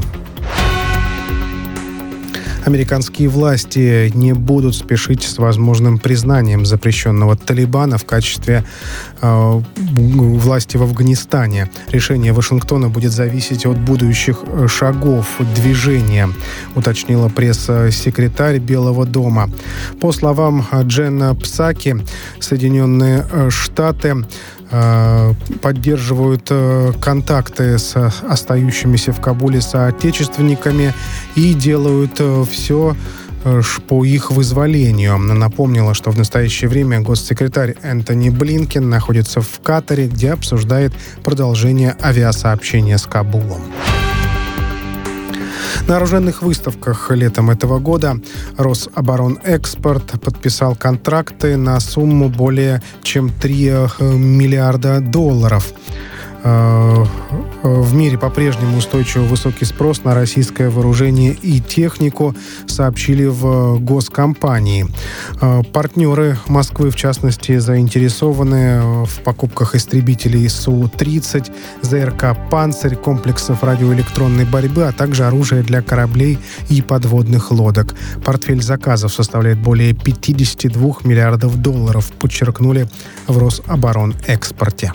Американские власти не будут спешить с возможным признанием запрещенного Талибана в качестве э, власти в Афганистане. Решение Вашингтона будет зависеть от будущих шагов движения, уточнила пресс-секретарь Белого дома. По словам Дженна Псаки, Соединенные Штаты поддерживают контакты с остающимися в Кабуле соотечественниками и делают все по их вызволению. Она напомнила, что в настоящее время госсекретарь Энтони Блинкен находится в Катаре, где обсуждает продолжение авиасообщения с Кабулом. На оружейных выставках летом этого года Рособоронэкспорт подписал контракты на сумму более чем три миллиарда долларов. В мире по-прежнему устойчиво высокий спрос на российское вооружение и технику, сообщили в госкомпании. Партнеры Москвы, в частности, заинтересованы в покупках истребителей Су тридцать, зэ эр ка «Панцирь», комплексов радиоэлектронной борьбы, а также оружия для кораблей и подводных лодок. Портфель заказов составляет более пятьдесят два миллиардов долларов, подчеркнули в Рособоронэкспорте.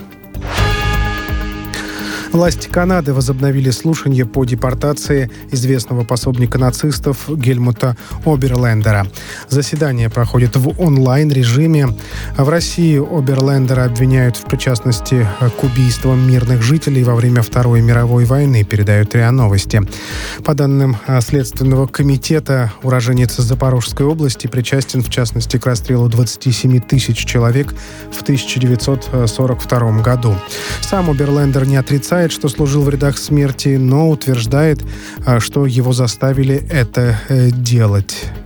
Власти Канады возобновили слушания по депортации известного пособника нацистов Гельмута Оберлендера. Заседание проходит в онлайн-режиме. В России Оберлендера обвиняют в причастности к убийствам мирных жителей во время Второй мировой войны, передают РИА Новости. По данным Следственного комитета, уроженец Запорожской области причастен, в частности, к расстрелу двадцати семи тысяч человек в тысяча девятьсот сорок втором году. Сам Оберлендер не отрицает, что служил в рядах смерти, но утверждает, что его заставили это делать.